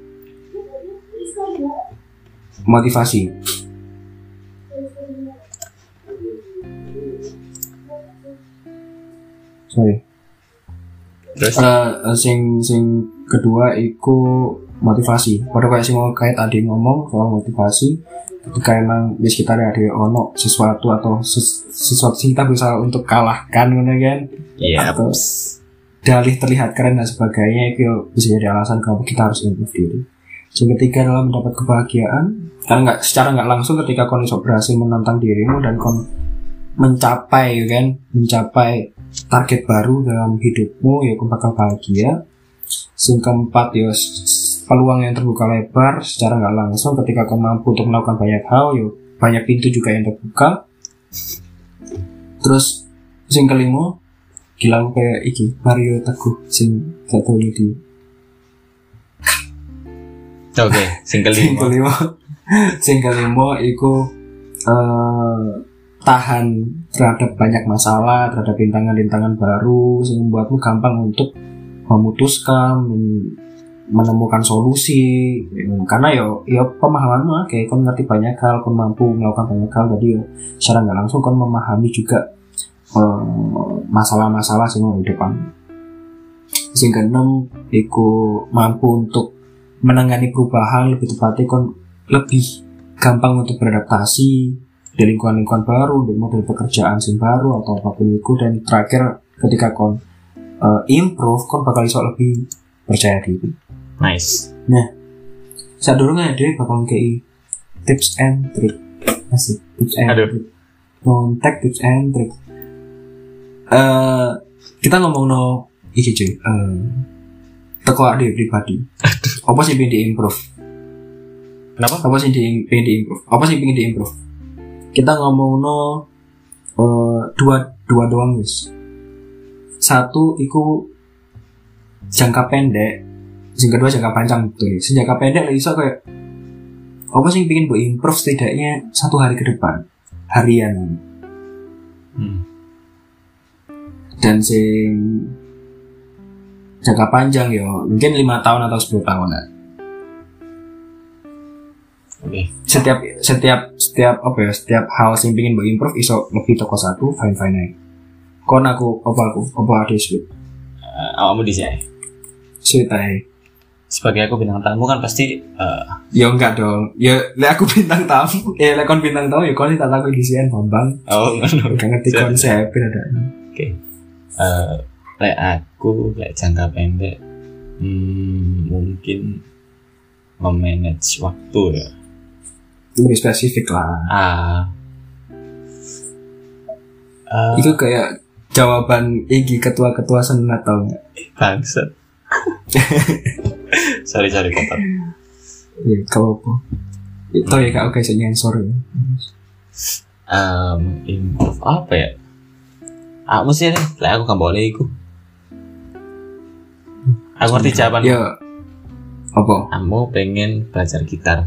motivasi. Sorry. Terus Uh, sing sing kedua iku motivasi. Pada kayak sing mau kayak tadi ngomong soal motivasi, ketika emang di sekitar ada ono sesuatu atau ses, sesuatu yang kita bisa untuk kalahkan, gitu kan? iya, Atau dalih terlihat keren dan sebagainya, itu bisa jadi alasan kenapa kita harus improve diri. Yang ketiga adalah mendapat kebahagiaan. Karena nggak secara nggak langsung ketika kon iso berhasil menantang dirimu dan kon mencapai, kan, mencapai target baru dalam hidupmu, ya kon bakal bahagia. Yang keempat ya peluang yang terbuka lebar secara nggak langsung ketika kau mampu untuk melakukan banyak hal, ya banyak pintu juga yang terbuka. Terus yang kelima, gila aku kayak iki Mario Teguh sing gak tau di. Oke, sing Sing kelima. kelima, sing kelima iku uh, tahan terhadap banyak masalah, terhadap rintangan-rintangan baru, sehingga membuatmu gampang untuk memutuskan, men- menemukan solusi. Karena yo yo pemahamanmu kayak kon ngerti banyak hal, kon mampu melakukan banyak hal, jadi yo secara nggak langsung kon memahami juga uh, masalah-masalah semua di depan. Sing keenam iku mampu untuk menangani perubahan, lebih tepatnya kon lebih gampang untuk beradaptasi di lingkungan-lingkungan baru, di model pekerjaan yang baru atau apapun itu. Dan terakhir ketika kon uh, improve, kon bakal iso lebih percaya diri. Nice. Nah, saat dulu nggak ada bakal kayak tips and trick, masih tips and Aduh. trick, kontak tips and trick. Uh, kita ngomong no iki cuy, uh, teko ade pribadi. Apa sih pengen di-improve? Kenapa? Apa sih di pengen di-improve? Apa sih pengen di-improve? Kita ngomong no uh, dua dua doang guys. Satu iku jangka pendek, yang kedua jangka panjang betul. Sing jangka pendek lagi iso kayak apa sih pengen bu improve setidaknya satu hari ke depan, harian. Hmm. Dan sing jangka panjang yo mungkin lima tahun atau sepuluh tahunan. Oke. Setiap setiap setiap apa ya setiap hal yang pengen bu improve iso lebih toko satu fine fine aja. Kon aku apa aku apa ada sweet Uh, awakmu di sini. sweet aja. Sebagai aku bintang tamu kan pasti uh, Ya enggak dong. Ya lek aku bintang tamu, eh lek kon bintang tamu ya kon tak tahu di sini Bambang. oh ngono. Gak ngerti konsep ada. Oke. Eh, lek aku lek jangka pendek hmm, mungkin memanage waktu ya. Lebih spesifik lah. Ah. Uh, Itu kayak jawaban Igi ketua-ketua senat tau nggak? bangsat. sorry sorry kotor. Ya kalau apa? Itu ya kak oke saya nyensor ya. Um, improve apa ya? Aku sih nih, lah aku kan boleh iku. Aku ngerti jawaban. Ya apa? Kamu pengen belajar gitar.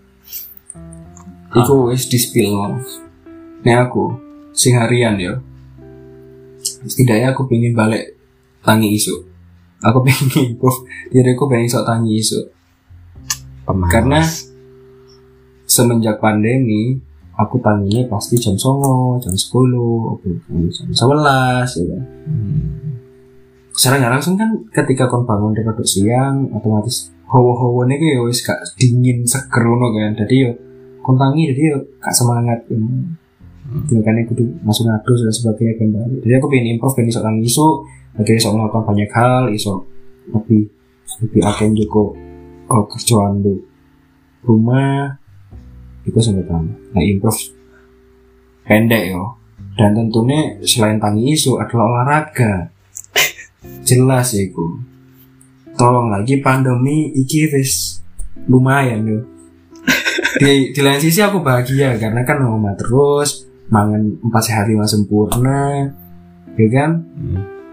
Iku wis di spill loh. Nih aku sing harian ya. Setidaknya aku pengen balik tangi isu. Aku pengen improve diri aku pengen sok tangi isu. Pemalas. Karena semenjak pandemi aku tanginya pasti jam songo, jam sepuluh, jam sebelas ya kan. Hmm. Secara nggak langsung kan ketika kon bangun dari waktu siang otomatis hawa-hawa ini kayak wis gak dingin seger ngono kan. Jadi yo kon tangi jadi yo gak semangat. Hmm. Itu kan aku tuh masuk ngadus dan sebagainya kan. Jadi aku pengen improve pengen iso tangi isu, akhirnya iso melakukan banyak hal, iso lebih lebih akan juga oh, kerjaan di rumah itu sampai tamu. Nah improve pendek yo. Dan tentunya selain tangi isu adalah olahraga. Jelas ya iku. Tolong lagi pandemi iki wis lumayan yo. Di, di lain sisi aku bahagia karena kan ngomong terus mangan empat sehat lima sempurna, ya kan? Hmm.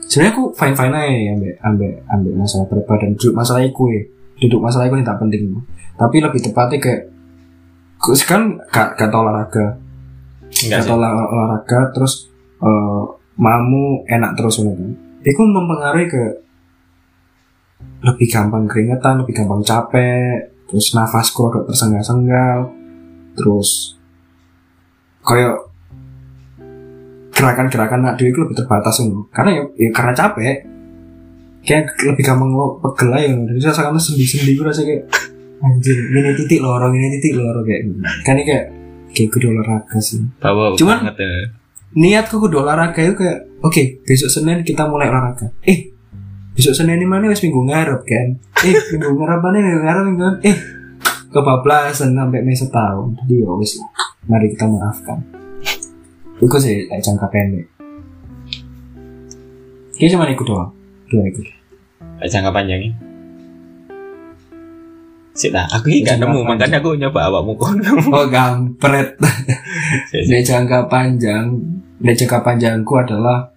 sebenarnya aku fine fine aja ya ambek ambek ambek masalah berat badan, duduk masalah iku ya, duduk masalah iku yang tak penting, tapi lebih tepatnya kayak kan gak gak tau olahraga, gak tau olah, olahraga terus uh, mamu enak terus kan, itu mempengaruhi ke lebih gampang keringetan, lebih gampang capek, terus nafasku agak tersengal-sengal, terus kayak gerakan-gerakan nak dewi itu lebih terbatas loh, karena ya, ya karena capek, kayak lebih gampang lo pegel aja, jadi rasa karena sendi-sendi gue rasa kayak anjir, ini titik lorong, ini titik lorong kayak, kan ini kayak kayak kudu olahraga sih. Bawa cuman banget, ya. Niatku kudu olahraga itu kayak, oke okay, besok Senin kita mulai olahraga, eh besok Senin ini mana wes minggu ngarep kan, eh minggu ngarep mana minggu ngarep minggu eh kebablasan sampai mes setahun, jadi ya wes lah, mari kita maafkan. Itu sih like, jangka pendek. Kayaknya cuma ikut doang, dua ikut. Jangka panjangnya? Sih lah, aku ini gak nemu, makanya aku nyoba awakmu kon. Oh gampret. Dari jangka panjang, dari jangka panjangku adalah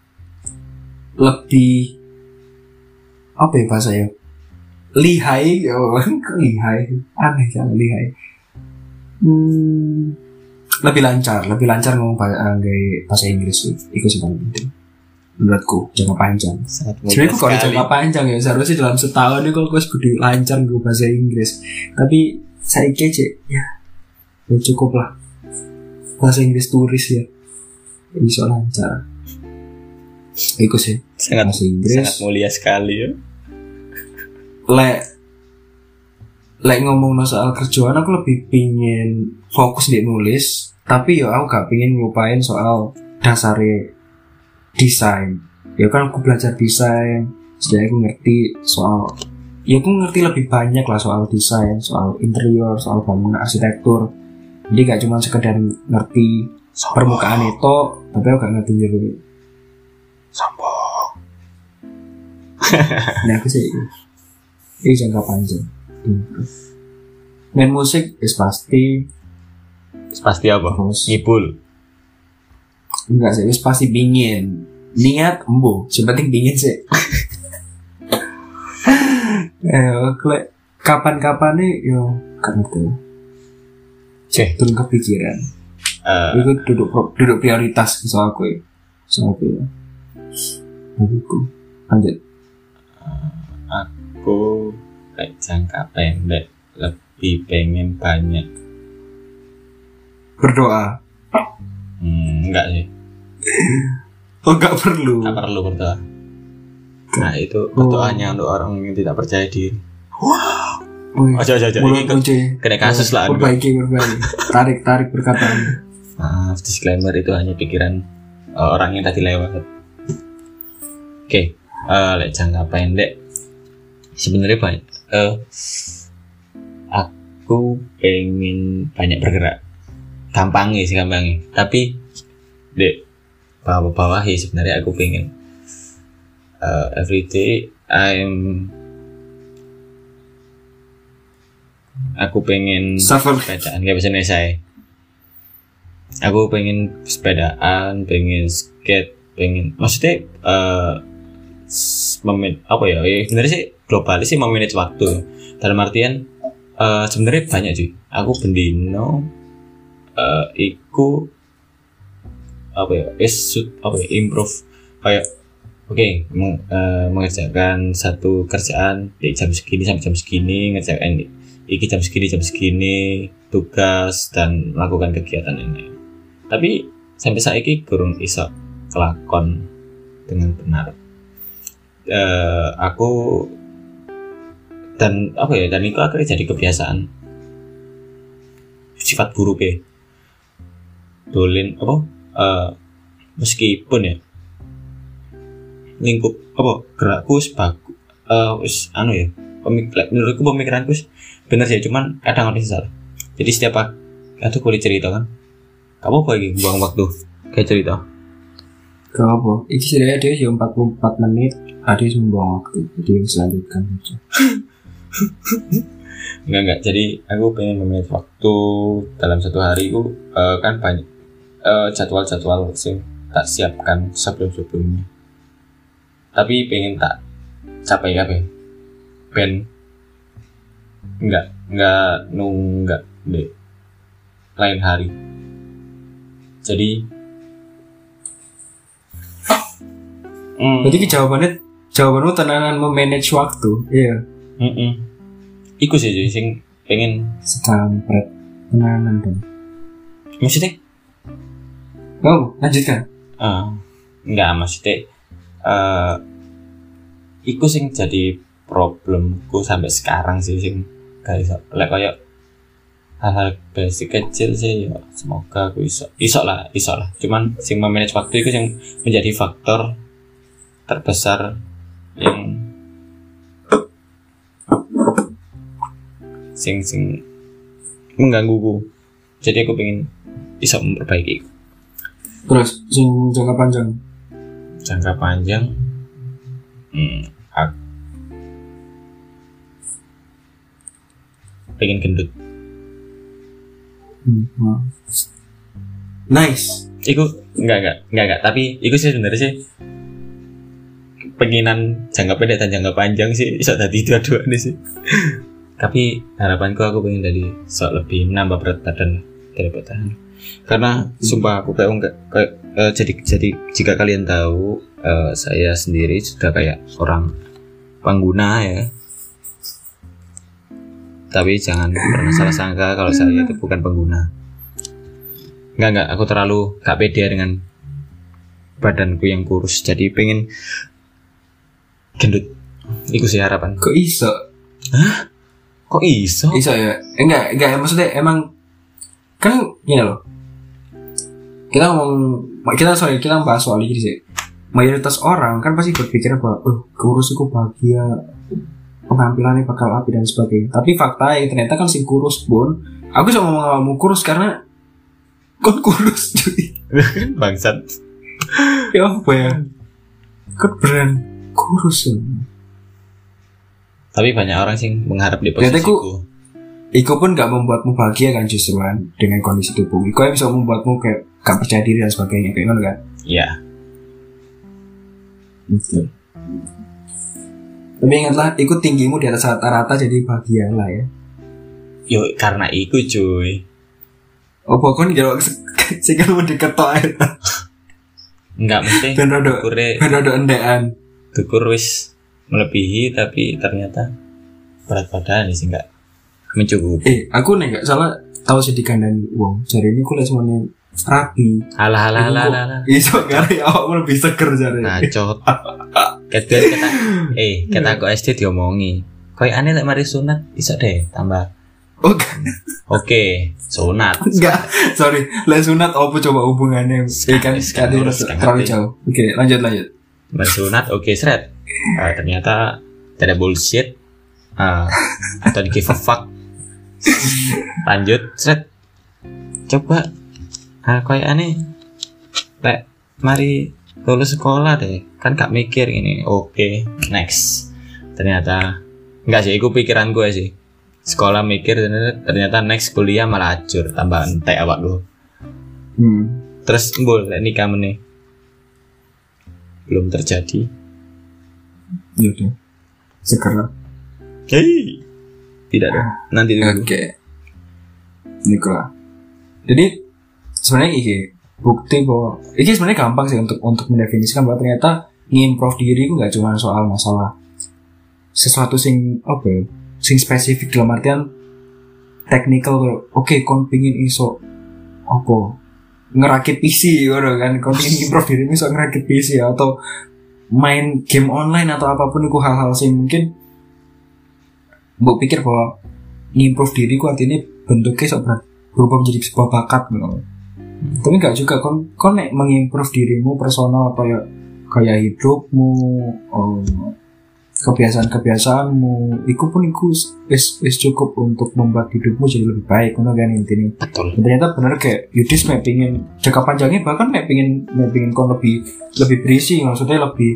lebih apa ya bahasa ya? Lihai, oh lihai, aneh kan lihai. Hmm, lebih lancar, lebih lancar ngomong bahasa Inggris itu sih paling penting menurutku jangka panjang. Sebenarnya kalau jangka panjang ya seharusnya dalam setahun ini kalau gue sudah lancar ngomong bahasa Inggris, tapi saya kece ya, ya cukup lah bahasa Inggris turis ya bisa lancar. Itu sih sangat, bahasa Inggris sangat mulia sekali ya. Lek lek ngomong soal kerjaan aku lebih pingin fokus di nulis, tapi ya aku gak pingin ngelupain soal dasarnya desain. Ya kan aku belajar desain, jadi aku ngerti soal, ya aku ngerti lebih banyak lah soal desain, soal interior, soal bangunan arsitektur. Jadi gak cuma sekedar ngerti permukaan itu, tapi aku gak ngerti jero. Sombong. Nah aku sih ini jangka panjang. Main musik is pasti is pasti apa? Ngibul. Enggak sih, is pasti bingin. Niat embo, yang penting bingin sih. Eh, kapan-kapan nih yo kan itu. Cek, turun kepikiran. Uh, itu duduk duduk prioritas soal aku ya. Soal aku ya. Aku lanjut. Uh, aku kayak jangka pendek lebih pengen banyak berdoa. Hmm, enggak sih. Oh, enggak perlu. Enggak perlu berdoa. Nah, itu berdoanya oh. untuk orang yang tidak percaya diri. Wow. Ojo ojo ojo. Ini kena kasus lah. Perbaiki perbaiki. Tarik tarik perkataan. Maaf, disclaimer itu hanya pikiran uh, orang yang tadi lewat. Oke, okay. uh, like jangka pendek sebenarnya banyak. Uh, aku pengen banyak bergerak. Gampangnya sih gampangnya. Tapi dek bawah-bawah ya sebenarnya aku pengen uh, everyday I'm aku pengen Suffer. sepedaan gak bisa nesai. Aku pengen sepedaan, pengen skate, pengen maksudnya uh, memin apa ya? Ya sebenarnya sih global sih memanage waktu. Dalam artian uh, sebenarnya banyak sih. Aku bendino uh, iku apa ya? Es apa ya? Improve kayak oke okay, meng, uh, mengerjakan satu kerjaan di jam segini sampai jam segini, ngerjakan iki jam segini jam segini tugas dan melakukan kegiatan ini. Tapi sampai saiki kurang iso kelakon dengan benar. Uh, aku dan apa ya dan itu akhirnya jadi kebiasaan sifat buruk ya dolin apa uh, meskipun ya lingkup apa gerakku sebagus uh, wis anu ya pemik menurutku pemikiranku bener sih cuman kadang harus salah. Jadi setiap aku boleh cerita kan kamu apa lagi buang waktu kayak cerita gak apa ini sebenarnya dia empat puluh empat menit ada membuang waktu jadi yang selanjutkan aja. enggak enggak jadi aku pengen memanage waktu dalam satu hari itu uh, kan banyak uh, jadwal-jadwal sih tak siapkan sebelum-sebelumnya tapi pengen tak capai kabeh ben enggak enggak nunggak deh lain hari. Jadi mm, Berarti jawabannya jawabanmu tenanan memanage waktu. Iya. mm Iku sih jadi sing pengen Sekampret tenanan dong. maksudnya Oh, lanjutkan. uh, enggak maksudnya uh, iku sing jadi problemku sampai sekarang sih sing gak iso lek koyo hal-hal basic kecil sih ya semoga aku iso iso lah iso lah cuman sing memanage waktu itu yang menjadi faktor terbesar yang sing sing menggangguku, jadi aku pengen bisa memperbaiki. Terus sing jangka panjang. Jangka panjang hmm, aku pengen gendut. Hmm. Nice. Iku enggak enggak enggak enggak tapi iku sih sebenarnya sih penginan jangka pendek dan jangka panjang sih iso dadi dua-duanya sih. Tapi harapanku aku pengen dari sok lebih menambah berat badan dari badan. Karena sumpah aku kayak enggak kayak uh, jadi jadi jika kalian tahu uh, saya sendiri sudah kayak orang pengguna ya. Tapi jangan pernah salah sangka kalau saya itu bukan pengguna. Enggak enggak aku terlalu gak pede dengan badanku yang kurus. Jadi pengen gendut. Iku sih harapan. Kok iso? Hah? Kok iso? Iso ya? Eh, enggak, enggak maksudnya emang kan gini loh. Kita ngomong kita sorry kita bahas soal ini sih. Mayoritas orang kan pasti berpikir bahwa oh, kurus itu bahagia, penampilannya bakal api dan sebagainya. Tapi fakta yang ternyata kan si kurus pun, aku cuma ngomong kamu kurus karena kon kurus cuy. Bangsat. Ya apa ya? Kan brand kurus ya. Tapi banyak orang sih mengharap di Ternyata posisiku. ku- Iku pun gak membuatmu bahagia kan justru kan dengan kondisi tubuh. Iku yang bisa membuatmu kayak gak percaya diri dan sebagainya kayak gitu kan. Iya. Gitu. Tapi ingatlah, ikut tinggimu di atas rata-rata jadi bahagia lah ya. Yo karena iku cuy. Oh pokoknya jawab sih kan mau diketok aja. Enggak mesti. Ben rada Tukure ben rada endekan. tukur wis melebihi tapi ternyata berat badan sih enggak mencukupi. Eh aku nih gak salah tahu sih dikandani uang. Jari ini kuliah semuanya rapi. Alah alah alah alah. alah. Iso karena awakmu lebih seger jari. Bacot. Kedua kita eh kita kok S D diomongi. Koy aneh lek mari sunat iso deh tambah. Oh enggak. Oke, sunat. Enggak, sorry. Lah sunat apa coba hubungannya? Eh kan Sekarang sekali harus terlalu ngerti. jauh. Oke, lanjut lanjut. Mari sunat oke seret. Eh, ternyata tidak bullshit. Ah, atau di give a fuck. Lanjut seret. Coba ah koy aneh. Lek mari lulus sekolah deh. Kan gak mikir ini. Oke, next. Ternyata enggak sih, itu pikiran gue sih. Sekolah mikir ternyata next kuliah malah acur tambah entek awak gue. Hmm. Terus mbul lek nikah meneh. Belum terjadi. Yaudah. Sekarang. Hei. Tidak dong. Nanti dulu. Oke. Nikola. Jadi sebenarnya ini bukti bahwa ini sebenarnya gampang sih untuk untuk mendefinisikan bahwa ternyata ngimprove diri itu nggak cuma soal masalah sesuatu sing apa ya, sing spesifik dalam artian technical. Oke, okay, kon pingin iso apa ngerakit P C gitu kan, kon pingin improve diri iso ngerakit P C atau main game online atau apapun itu hal-hal sing mungkin mbok pikir bahwa ngimprove diri ku artinya bentuknya sok berubah menjadi sebuah bakat gitu. Hmm. Tapi enggak juga kon kon nek mengimprove dirimu personal atau ya kayak hidupmu, um, kebiasaan-kebiasaanmu, iku pun iku wis wis cukup untuk membuat hidupmu jadi lebih baik, ngono kan intine. Betul. Dan ternyata bener kayak Yudis mek pingin jangka panjangnya bahkan mek pingin mek pingin kon lebih lebih berisi, maksudnya lebih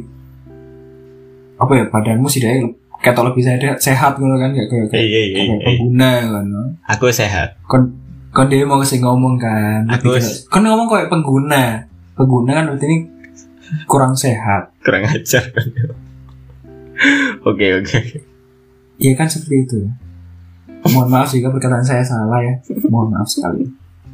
apa ya badanmu sih deh kayak lebih sehat sehat ngono kan kayak kayak Hey, hey, hey, hey. pengguna kan. Aku sehat. Kon kon dia mau ngasih ngomong kan. Aku Lebih ke- kon ngomong kayak pengguna. Pengguna kan berarti ini kurang sehat. Kurang ajar. Oke oke. Iya kan seperti itu ya. Mohon maaf jika perkataan saya salah ya. Mohon maaf sekali.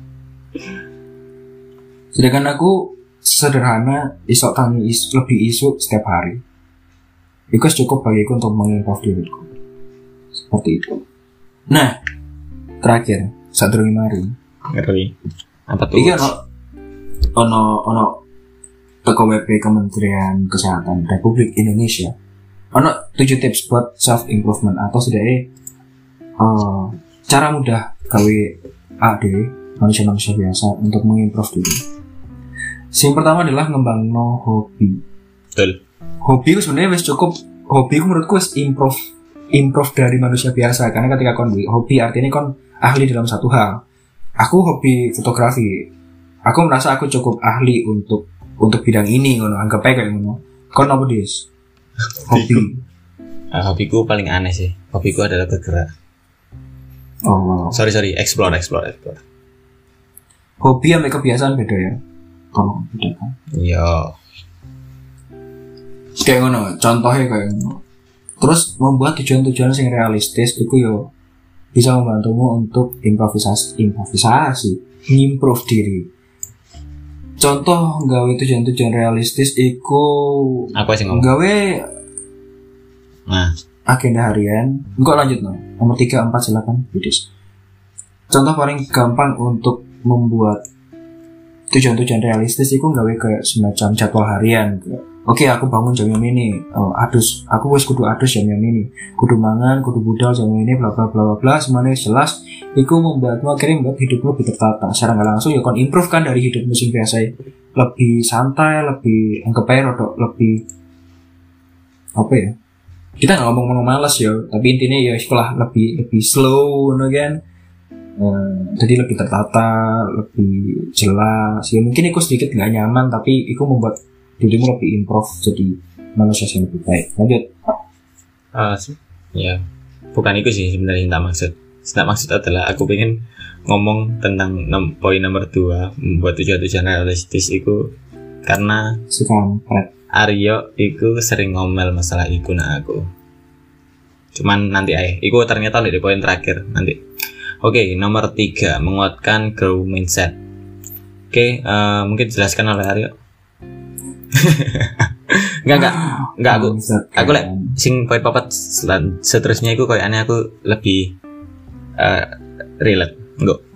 Sedangkan aku sederhana, isok tangi is, lebih isu setiap hari. Itu cukup bagiku untuk mengimprove diriku. Seperti itu. Nah, terakhir, saat durunge mari. Ngeri. Apa tuh? Iki ono ono ono teko W P Kementerian Kesehatan Republik Indonesia. Ono tujuh tips buat self improvement atau setidaknya uh, cara mudah gawe A D manusia-manusia biasa untuk mengimprove diri. Yang pertama adalah ngembangno hobi. Betul. Hobi itu sebenarnya wis cukup. Hobi itu menurutku wis improve improve dari manusia biasa, karena ketika kon hobi artinya kon ahli dalam satu hal. Aku hobi fotografi. Aku merasa aku cukup ahli untuk untuk bidang ini ngono, anggap aja kayak ngono. Kon apa dis? Hobi. Uh, hobiku paling aneh sih. Hobiku adalah bergerak. Oh. Sorry sorry, explore explore explore. Hobi sama kebiasaan beda ya. Tolong bedakan. Iya. Kayak ngono, contohnya kayak ngono. Terus membuat tujuan-tujuan yang realistis itu yo bisa membantumu untuk improvisasi, improvisasi, ngimprove diri. Contoh gawe tujuan-tujuan realistis iku Aku sih ngomong. gawe Nah, agenda harian. Enggak lanjut no. Nomor tiga empat silakan, Bidis. Contoh paling gampang untuk membuat tujuan-tujuan realistis itu gawe kayak semacam jadwal harian. Oke, okay, aku bangun jam ini, oh, adus, aku wis kudu adus jam ini, kudu mangan, kudu budal jam ini, bla bla bla bla bla, semuanya jelas. Iku membuatmu akhirnya membuat hidupmu lebih tertata. Secara nggak langsung ya kon improve kan dari hidupmu sing biasa, lebih santai, lebih anggap aja rodok lebih apa ya? Kita nggak ngomong-ngomong malas ya, tapi intinya ya sekolah lebih lebih slow, no kan? Hmm, jadi lebih tertata, lebih jelas. Ya mungkin itu sedikit nggak nyaman, tapi itu membuat dirimu lebih improve jadi manusia yang lebih baik. Lanjut. Uh, ya, bukan itu sih sebenarnya yang tak maksud. Tak maksud adalah aku pengen ngomong tentang nom- poin nomor dua, membuat tujuan-tujuan realistis itu karena Sekarang, Aryo itu sering ngomel masalah itu nah aku. Cuman nanti aja. Itu ternyata di poin terakhir nanti. Oke, okay, nomor tiga, menguatkan growth mindset. Oke, okay, uh, mungkin jelaskan oleh Aryo. Enggak enggak enggak aku aku lek sing poin papat seterusnya itu koyo aneh aku lebih uh, relate enggak. Oke,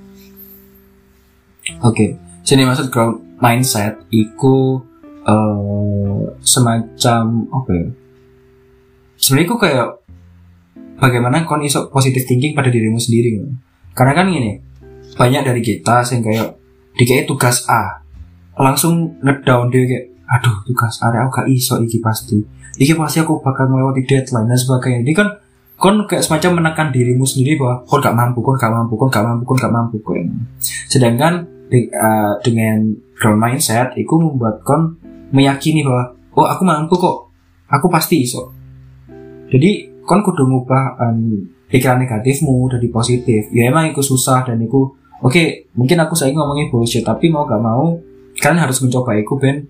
okay. Sini maksud growth mindset iku uh, semacam apa ya? Sebenarnya iku kayak bagaimana kon iso positive thinking pada dirimu sendiri. Karena kan gini, banyak dari kita sing kayak dikei tugas A langsung ngedown dia kayak aduh tugas area aku gak iso iki pasti iki pasti aku bakal melewati deadline dan sebagainya. Ini kan kon kayak semacam menekan dirimu sendiri bahwa kon gak mampu, kon gak mampu, kon gak mampu, kon gak mampu kon. Sedangkan di, uh, dengan growth mindset itu membuat kon meyakini bahwa oh aku mampu kok, aku pasti iso. Jadi kon kudu ngubah um, pikiran negatifmu jadi positif. Ya emang itu susah dan itu oke okay, mungkin aku saya ngomongnya bullshit, tapi mau gak mau kalian harus mencoba itu ben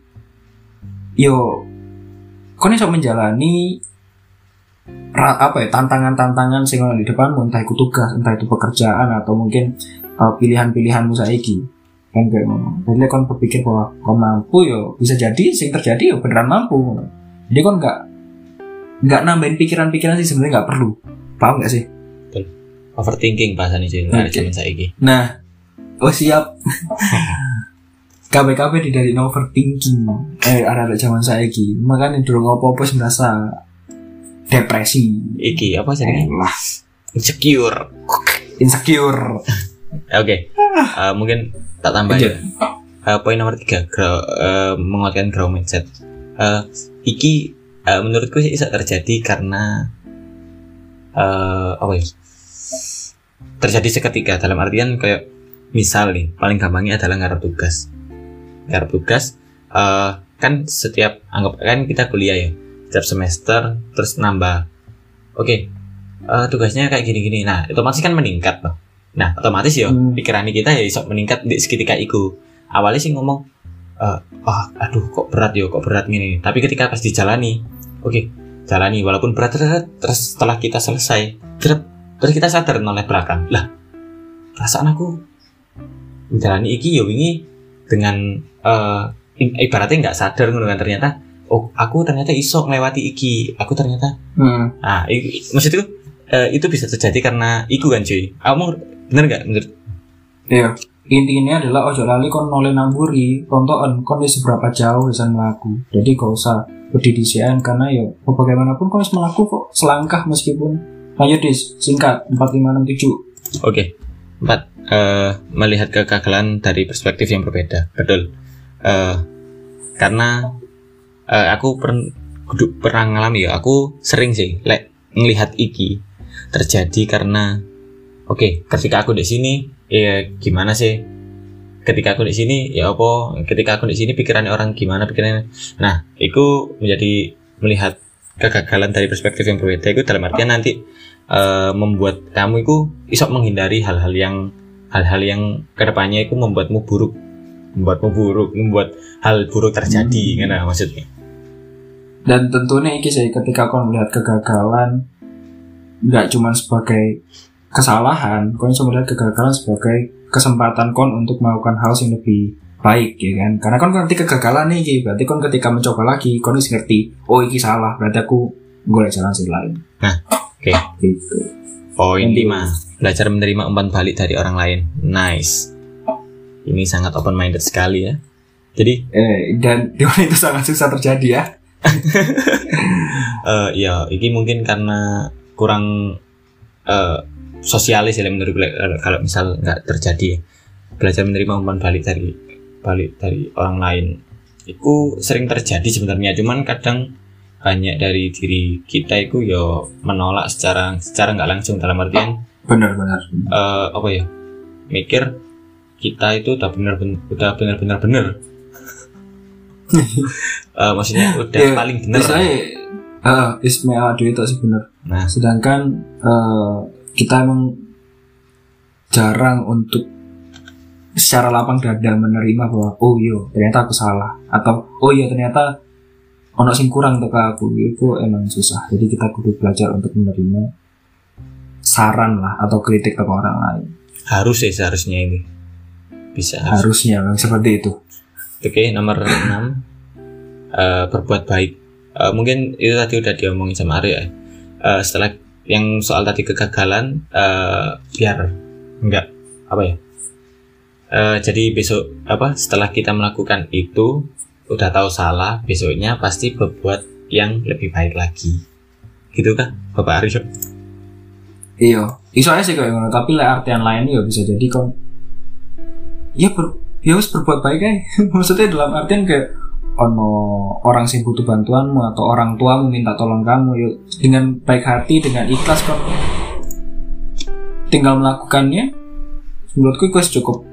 yo kon iso menjalani ra, apa ya tantangan-tantangan sing ana di depanmu, entah itu tugas, entah itu pekerjaan atau mungkin uh, pilihan-pilihanmu saiki kan kayak ngono. Jadi kon berpikir bahwa kon mampu yo bisa jadi sing terjadi yo beneran mampu. Jadi kon enggak enggak nambahin pikiran-pikiran sih sebenarnya enggak perlu. Paham enggak sih? Betul. Overthinking bahasanya sih okay. Zaman saiki. Nah, oh siap. K B K B di dari overthinking eh ada-ada zaman saiki. Makanya durung apa-apa merasa depresi. Iki apa sih ini? Lah, insecure. Insecure. Oke. Okay. Uh, mungkin tak tambah ya. Uh, poin nomor tiga, grow, uh, menguatkan growth mindset. Uh, iki uh, menurutku sih bisa terjadi karena uh, apa ya? Terjadi seketika dalam artian kayak misal nih, paling gampangnya adalah ngarep tugas. Ngarep tugas uh, kan setiap anggap kan kita kuliah ya setiap semester terus nambah oke okay, uh, tugasnya kayak gini-gini, nah otomatis kan meningkat loh. Nah otomatis ya hmm. pikiran kita ya bisa meningkat di seketika itu. Awalnya sih ngomong uh, oh aduh kok berat yo kok berat gini, tapi ketika pas dijalani oke okay, jalani walaupun berat, terus, terus setelah kita selesai terus, terus kita sadar noleh belakang lah perasaan aku menjalani iki yo wingi dengan uh, ibaratnya nggak sadar ngono kan, ternyata oh aku ternyata iso ngelewati iki, aku ternyata hmm. ah i, maksudku uh, itu bisa terjadi karena iku kan cuy, kamu bener nggak menurut? Iya, intinya adalah ojo lali kon noleh namburi tonton kon wis seberapa jauh bisa melaku, jadi gak usah berdidisian karena ya bagaimanapun kon wis melaku kok selangkah meskipun ayo dis singkat empat lima enam tujuh. Oke empat uh, melihat kegagalan dari perspektif yang berbeda, betul. Uh, karena uh, aku per, pernah ngalami ya, aku sering sih lek ngelihat iki terjadi karena oke okay, ketika aku di sini ya gimana sih, ketika aku di sini ya apa, ketika aku di sini pikirannya orang gimana pikirannya. Nah itu menjadi melihat kegagalan dari perspektif yang berbeda itu dalam artian nanti uh, membuat kamu itu isok menghindari hal-hal yang hal-hal yang kedepannya itu membuatmu buruk, membuatmu buruk, membuat hal buruk terjadi, hmm. Kan maksudnya. Dan tentunya iki sih ketika kau melihat kegagalan nggak cuma sebagai kesalahan, kau bisa melihat kegagalan sebagai kesempatan kon untuk melakukan hal yang lebih baik, ya kan? Karena kon nanti kegagalan nih, berarti kon ketika mencoba lagi, kon harus ngerti, oh ini salah, berarti aku golek jalan sing lain. Nah, oke. Okay. Gitu. Poin lima, belajar menerima umpan balik dari orang lain. Nice. Ini sangat open minded sekali ya. Jadi, eh, dan dimana itu sangat susah terjadi ya? uh, ya, ini mungkin karena kurang. Uh, sosialis ya menurut gue, kalau misal nggak terjadi ya. Belajar menerima umpan balik dari balik dari orang lain itu sering terjadi sebenarnya, cuman kadang banyak dari diri kita itu ya menolak secara secara nggak langsung, dalam artian benar-benar uh, apa ya, mikir kita itu udah benar-benar udah benar-benar benar uh, maksudnya udah yeah, paling benar saya uh, Ismail Adu itu sih benar. Nah sedangkan uh, kita emang jarang untuk secara lapang dada menerima bahwa oh iya ternyata aku salah, atau oh iya ternyata ono sing kurang teka aku, itu emang susah. Jadi kita kudu belajar untuk menerima saran lah atau kritik dari orang lain. Harus ya seharusnya ini bisa harusnya harus. Seperti itu. Oke okay, nomor enam uh, berbuat baik. Uh, mungkin itu tadi udah diomongin sama Arya ya. Uh, setelah yang soal tadi kegagalan, uh, biar enggak apa ya, uh, jadi besok apa setelah kita melakukan itu udah tahu salah, besoknya pasti berbuat yang lebih baik lagi, gitu kan Bapak Aryo? Iya, iso aja sih kayak ngono, tapi lah artian lain ya bisa jadi kon ya ber, ya harus berbuat baik kan. Maksudnya dalam artian kayak ono orang yang butuh bantuanmu atau orang tuamu minta tolong kamu, yuk dengan baik hati, dengan ikhlas kok tinggal melakukannya. Menurutku itu cukup.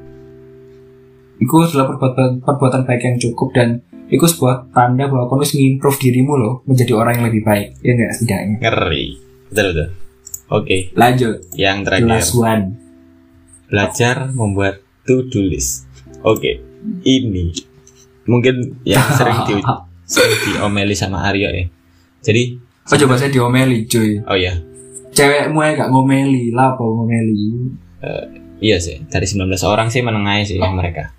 Itu adalah perbuatan, perbuatan baik yang cukup, dan itu sebuah tanda bahwa kamu harus mengimprove dirimu loh menjadi orang yang lebih baik, ya enggak setidaknya. Ngeri, betul betul. Oke. Okay. Lanjut. Yang terakhir. Last one. Belajar membuat to-do list. Oke. Okay. Ini mungkin yang sering di sering diomeli sama Aryo ya. Jadi oh coba saya diomeli cuy. Oh iya. Cewekmu ya gak ngomeli lah, apa ngomeli? Uh, iya sih, dari sembilan belas orang sih menengah sih mereka.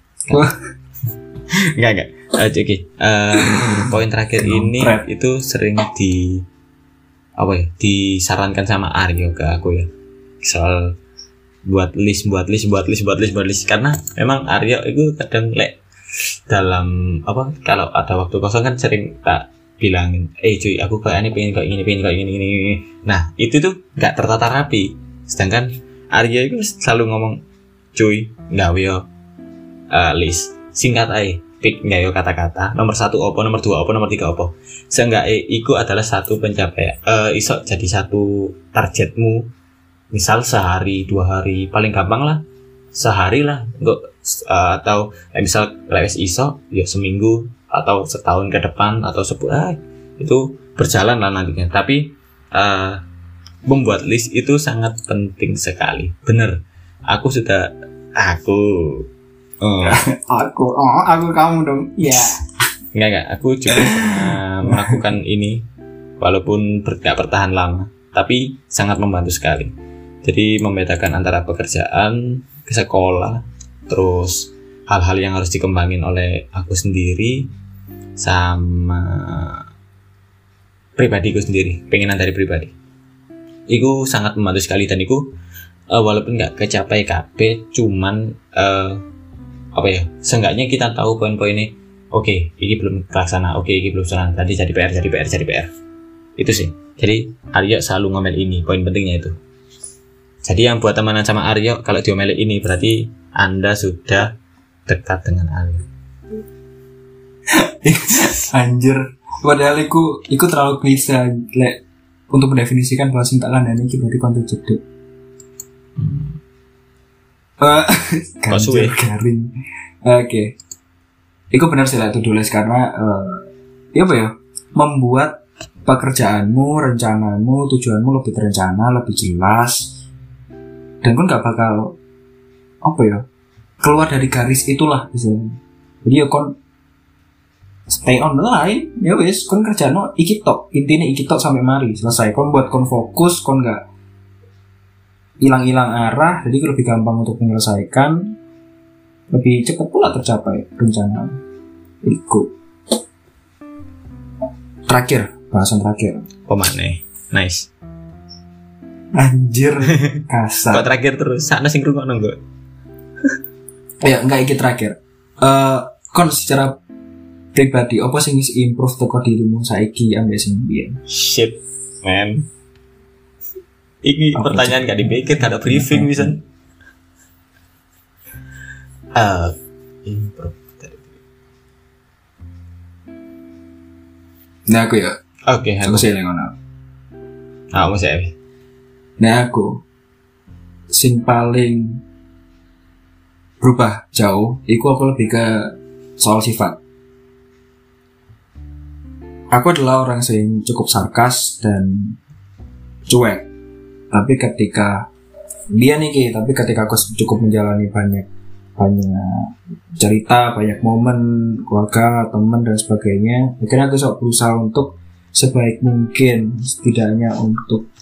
Enggak enggak. Uh, Oke. Okay. Uh, poin terakhir ini itu sering di apa ya? Disarankan sama Aryo ke aku ya. Soal buat list, buat list, buat list, buat list, buat list, karena memang Aryo itu kadang lek dalam apa kalau ada waktu kosong kan sering tak bilangin, eh cuy aku kayak ini pengen kayak ini pengen kayak ini ini ini. Nah itu tuh nggak tertata rapi, sedangkan Arya itu selalu ngomong cuy nggak yo uh, list singkat aja, pick nggak yo kata-kata nomor satu opo, nomor dua opo, nomor tiga opo, seenggak eh itu adalah satu pencapaian, uh, iso jadi satu targetmu, misal sehari dua hari paling gampang lah sehari lah untuk uh, atau eh, misal lewes iso ya seminggu atau setahun ke depan atau sebulan, itu berjalan lah nantinya. Tapi uh, membuat list itu sangat penting sekali, bener. Aku sudah aku Oh. Aku, oh, aku kamu dong. Iya. Yeah. Enggak enggak, aku juga pernah melakukan ini walaupun ber- gak bertahan lama, tapi sangat membantu sekali. Jadi membedakan antara pekerjaan, ke sekolah, terus hal-hal yang harus dikembangin oleh aku sendiri sama pribadiku sendiri, pengenan dari pribadi. Iku sangat membantu sekali dan iku uh, walaupun nggak kecapai K P, cuman uh, apa ya, seenggaknya kita tahu poin-poinnya. Oke, okay, ini belum terlaksana. Oke, okay, ini belum terlaksana. Tadi jadi P R, jadi P R, jadi P R. Itu sih. Jadi Aryo selalu ngomel ini, poin pentingnya itu. Jadi yang buat temenan sama Aryo, kalau diomelin ini berarti Anda sudah dekat dengan Aryo. Anjir. Padahal iku iku terlalu klise lek untuk mendefinisikan bahwa sing tak kandhani iki berarti konco jedek. Hmm. Uh, ganjil garing. Oke. Okay. Iku benar sih lah itu tulis karena uh, ya apa ya, membuat pekerjaanmu, rencanamu, tujuanmu lebih terencana, lebih jelas, dan kon gak bakal apa ya, keluar dari garis itulah misalnya. Jadi ya kon stay on the line, ya wes kon kerjano iki tok, intinya iki tok sampai mari selesai. Kon buat kon fokus, kon gak hilang-hilang arah, jadi lebih gampang untuk menyelesaikan, lebih cepat pula tercapai rencana. Iku terakhir, bahasan terakhir. Pemane, nice. Anjir, kasar. Kok terakhir terus? Sana sing rungokno kok. Ya, enggak iki terakhir. Eh, uh, kon secara pribadi apa sing wis improve teko dirimu saiki ambek sing biyen? Shit, man. Iki apa pertanyaan gak dipikir, gak ada briefing bisa. Uh, improve. Nah aku ya. Oke, okay, aku sih ngono. Ah, mesti ya. Nah aku sing paling berubah jauh, iku aku lebih ke soal sifat. Aku adalah orang yang cukup sarkas dan cuek. Tapi ketika dia nih, tapi ketika aku cukup menjalani banyak banyak cerita, banyak momen keluarga, teman dan sebagainya, akhirnya aku sok berusaha untuk sebaik mungkin, setidaknya untuk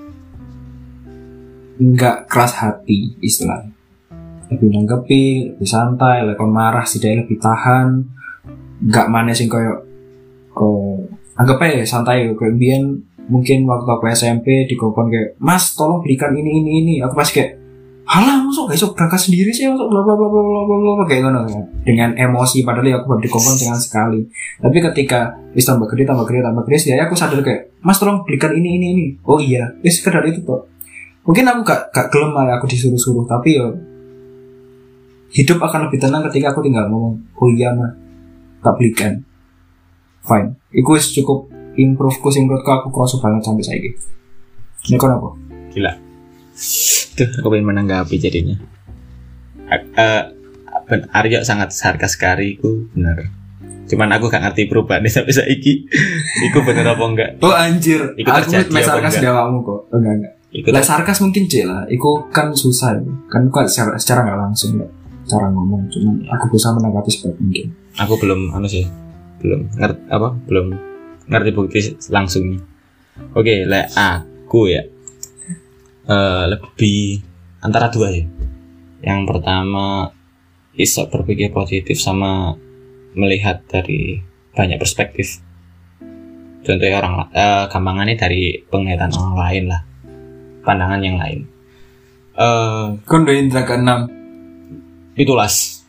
enggak keras hati istilahnya, lebih nanggepi, lebih santai, lebih marah setidaknya lebih tahan, enggak mana sih koyo oh, anggap aja santai kayak biyen mungkin waktu aku S M P dikongkon kayak mas tolong berikan ini ini ini, aku pas kayak halah masuk gak iso berangkat sendiri sih masuk bla bla bla bla bla bla kayak ngono ya, dengan emosi padahal ya aku baru dikongkon dengan sekali. Tapi ketika wis tambah gede tambah gede tambah gede ya aku sadar kayak mas tolong berikan ini ini ini, oh iya wis sekedar itu kok. Mungkin aku gak gak gelem lah aku disuruh-suruh, tapi yo hidup akan lebih tenang ketika aku tinggal ngomong oh iya mah tak belikan. Fine, itu cukup improve ku sing menurutku aku kerasa banget sampai saiki. Ini kenapa? Gila. Tuh, aku pengen menanggapi jadinya. Uh, Aryo sangat sarkas sekali, itu benar. Cuman aku gak ngerti perubahannya sampai saiki. Iku bener apa enggak? Oh anjir, Iku aku main sarkas dewamu kok. Enggak enggak. Lah sarkas mungkin cek lah. Iku kan susah, kan kok secara, secara nggak langsung ya. Cara ngomong, cuman aku berusaha menanggapi sebaik mungkin. Aku belum anu sih, belum ngerti apa, belum ngerti bukti langsungnya. Oke, lah aku ya. Uh, lebih antara dua ya. Yang pertama bisa berpikir positif sama melihat dari banyak perspektif. Contohnya orang uh, gampangannya dari penglihatan orang lain lah, pandangan yang lain. Uh, Kondo indra keenam itulas.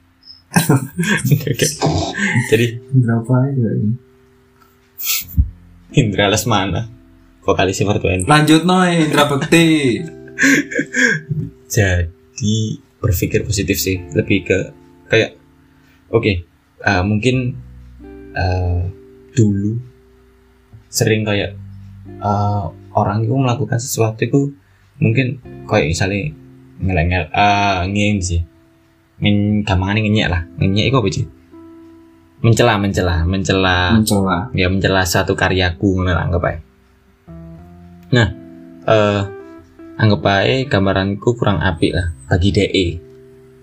Jadi berapa ya? Indra Lesmana. Vokalis Evertuen. Lanjut noy Indra Bekti. Jadi berpikir positif sih, lebih ke kayak oke, okay, uh, mungkin uh, dulu sering kayak uh, orang itu melakukan sesuatu itu mungkin kayak misalnya ngelengel, uh, ngin sih, ngin gampangannya ngenyek lah, ngenyek itu apa sih? Mencela, mencela, mencela, mencela, ya mencela satu karyaku, ngono lah anggap aja. Nah, uh, anggap aja gambaranku kurang apik lah bagi D E.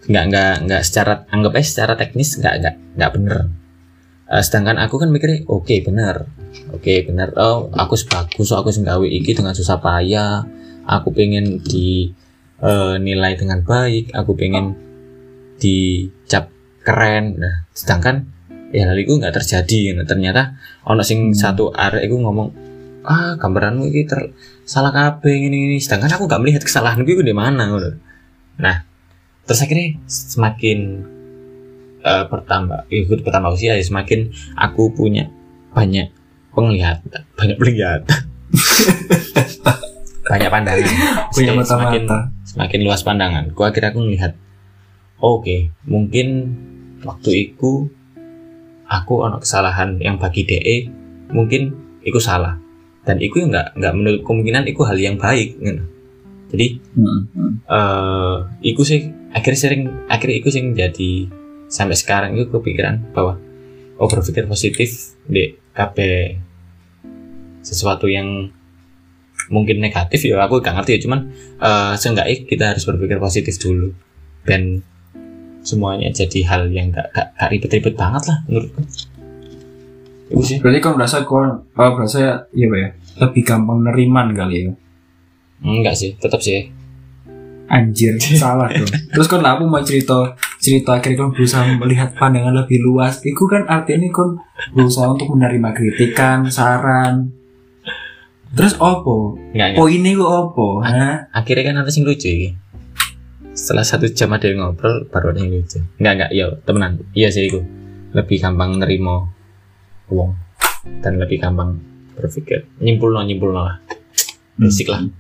nggak nggak nggak secara anggap aja secara teknis nggak nggak nggak bener. Uh, sedangkan aku kan mikirnya oke okay, bener, oke okay, bener. Oh aku sebagus, aku senggawe iki dengan susah payah. Aku pengen dinilai uh, dengan baik, aku pengen dicap keren. Nah sedangkan ya hal itu nggak terjadi. Nah, ternyata ono sing hmm. satu arek iku ngomong ah gambaranmu ini ter salah kabeh ini ini. Sedangkan aku nggak melihat kesalahanku itu di mana. Nah terus akhirnya semakin Uh, bertambah, ikut bertambah usia ya semakin aku punya banyak penglihatan, banyak penglihatan, banyak pandangan, punya mata semakin mata. semakin luas pandangan. Ku akhirnya aku melihat, oh, oke, okay, mungkin waktu itu aku ono kesalahan yang bagi D E mungkin itu salah dan itu nggak nggak menurut kemungkinan itu hal yang baik. Jadi, hmm. uh, itu sih akhirnya sering akhirnya itu sing jadi sampai sekarang itu kepikiran bahwa oh berpikir positif di K P sesuatu yang mungkin negatif ya aku gak ngerti ya cuman uh, seenggaknya kita harus berpikir positif dulu dan semuanya jadi hal yang gak, gak, gak ribet-ribet banget lah menurutku. Itu sih. Berarti kau merasa kau oh, merasa iya Pak ya lebih gampang neriman kali ya? Enggak sih, tetap sih. Anjir, salah dong. Terus kan aku mau cerita cerita akhirnya kan berusaha melihat pandangan lebih luas. Itu kan artinya kan berusaha untuk menerima kritikan, saran. Terus opo? Poinnya kok opo? Hah? Akhirnya kan ada yang lucu ini. Setelah satu jam ada yang ngobrol baru ada yang lucu. Enggak enggak, ya temenan. Iya sih itu. Lebih gampang nerimo uang dan lebih gampang berpikir. Nyimpulno nyimpulno lah. Basic lah.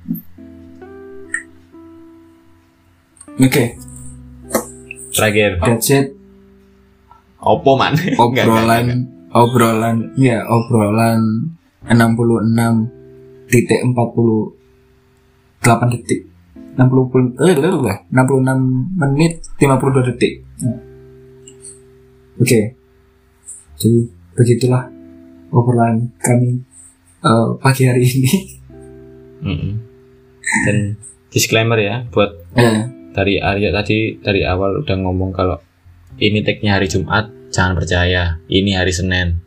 Oke. Okay. Terakhir. That's it. Opo man. Obrolan, obrolan, ya obrolan enam puluh enam titik empat puluh delapan detik, enam puluh eh enam puluh enam menit lima puluh dua detik. Oke. Okay. Jadi begitulah obrolan kami uh, pagi hari ini. Mm-hmm. Dan disclaimer ya buat. Yeah. Dari Arya tadi dari awal udah ngomong kalau ini tag-nya hari Jumat, jangan percaya, ini hari Senin.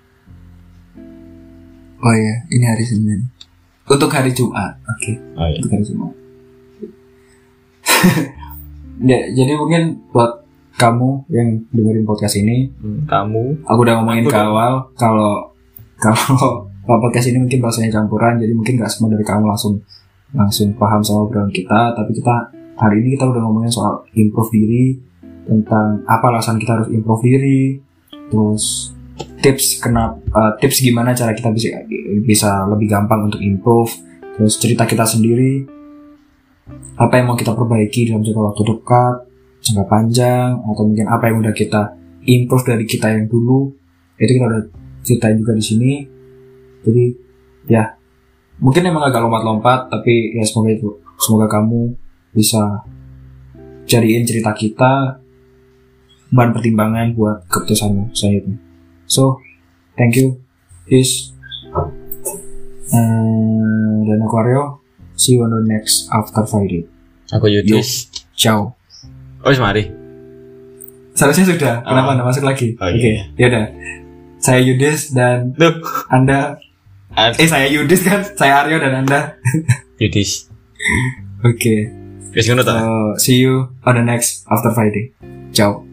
Oh iya, ini hari Senin. Untuk hari Jumat, oke. Okay. Oh iya. Untuk hari Jumat. Ya, jadi mungkin buat kamu yang dengerin podcast ini, hmm, kamu, aku udah ngomongin ke awal kalau kalau podcast ini mungkin bahasanya campuran, jadi mungkin nggak semua dari kamu langsung langsung paham sama obrolan kita, tapi kita hari ini kita udah ngomongin soal improve diri, tentang apa alasan kita harus improve diri, terus tips kenapa uh, tips gimana cara kita bisa bisa lebih gampang untuk improve, terus cerita kita sendiri, apa yang mau kita perbaiki dalam jangka waktu dekat, jangka panjang, atau mungkin apa yang udah kita improve dari kita yang dulu, itu kita udah ceritain juga di sini. Jadi ya mungkin emang agak lompat-lompat, tapi ya semoga itu semoga kamu bisa jadiin cerita kita bahan pertimbangan buat keputusanmu selanjutnya. So, thank you, peace, uh, dan aku Aryo. See you on the next After Friday. Aku Yudis. Ciao. Oh, mari. Seharusnya sudah. Kenapa oh. Anda masuk lagi? Oh, Oke, okay. Ya udah. Saya Yudis dan Duh. Anda. Ar- eh, saya Yudis kan. Saya Aryo dan Anda. Yudis. Oke. Okay. So, see you on the next After Friday. Ciao.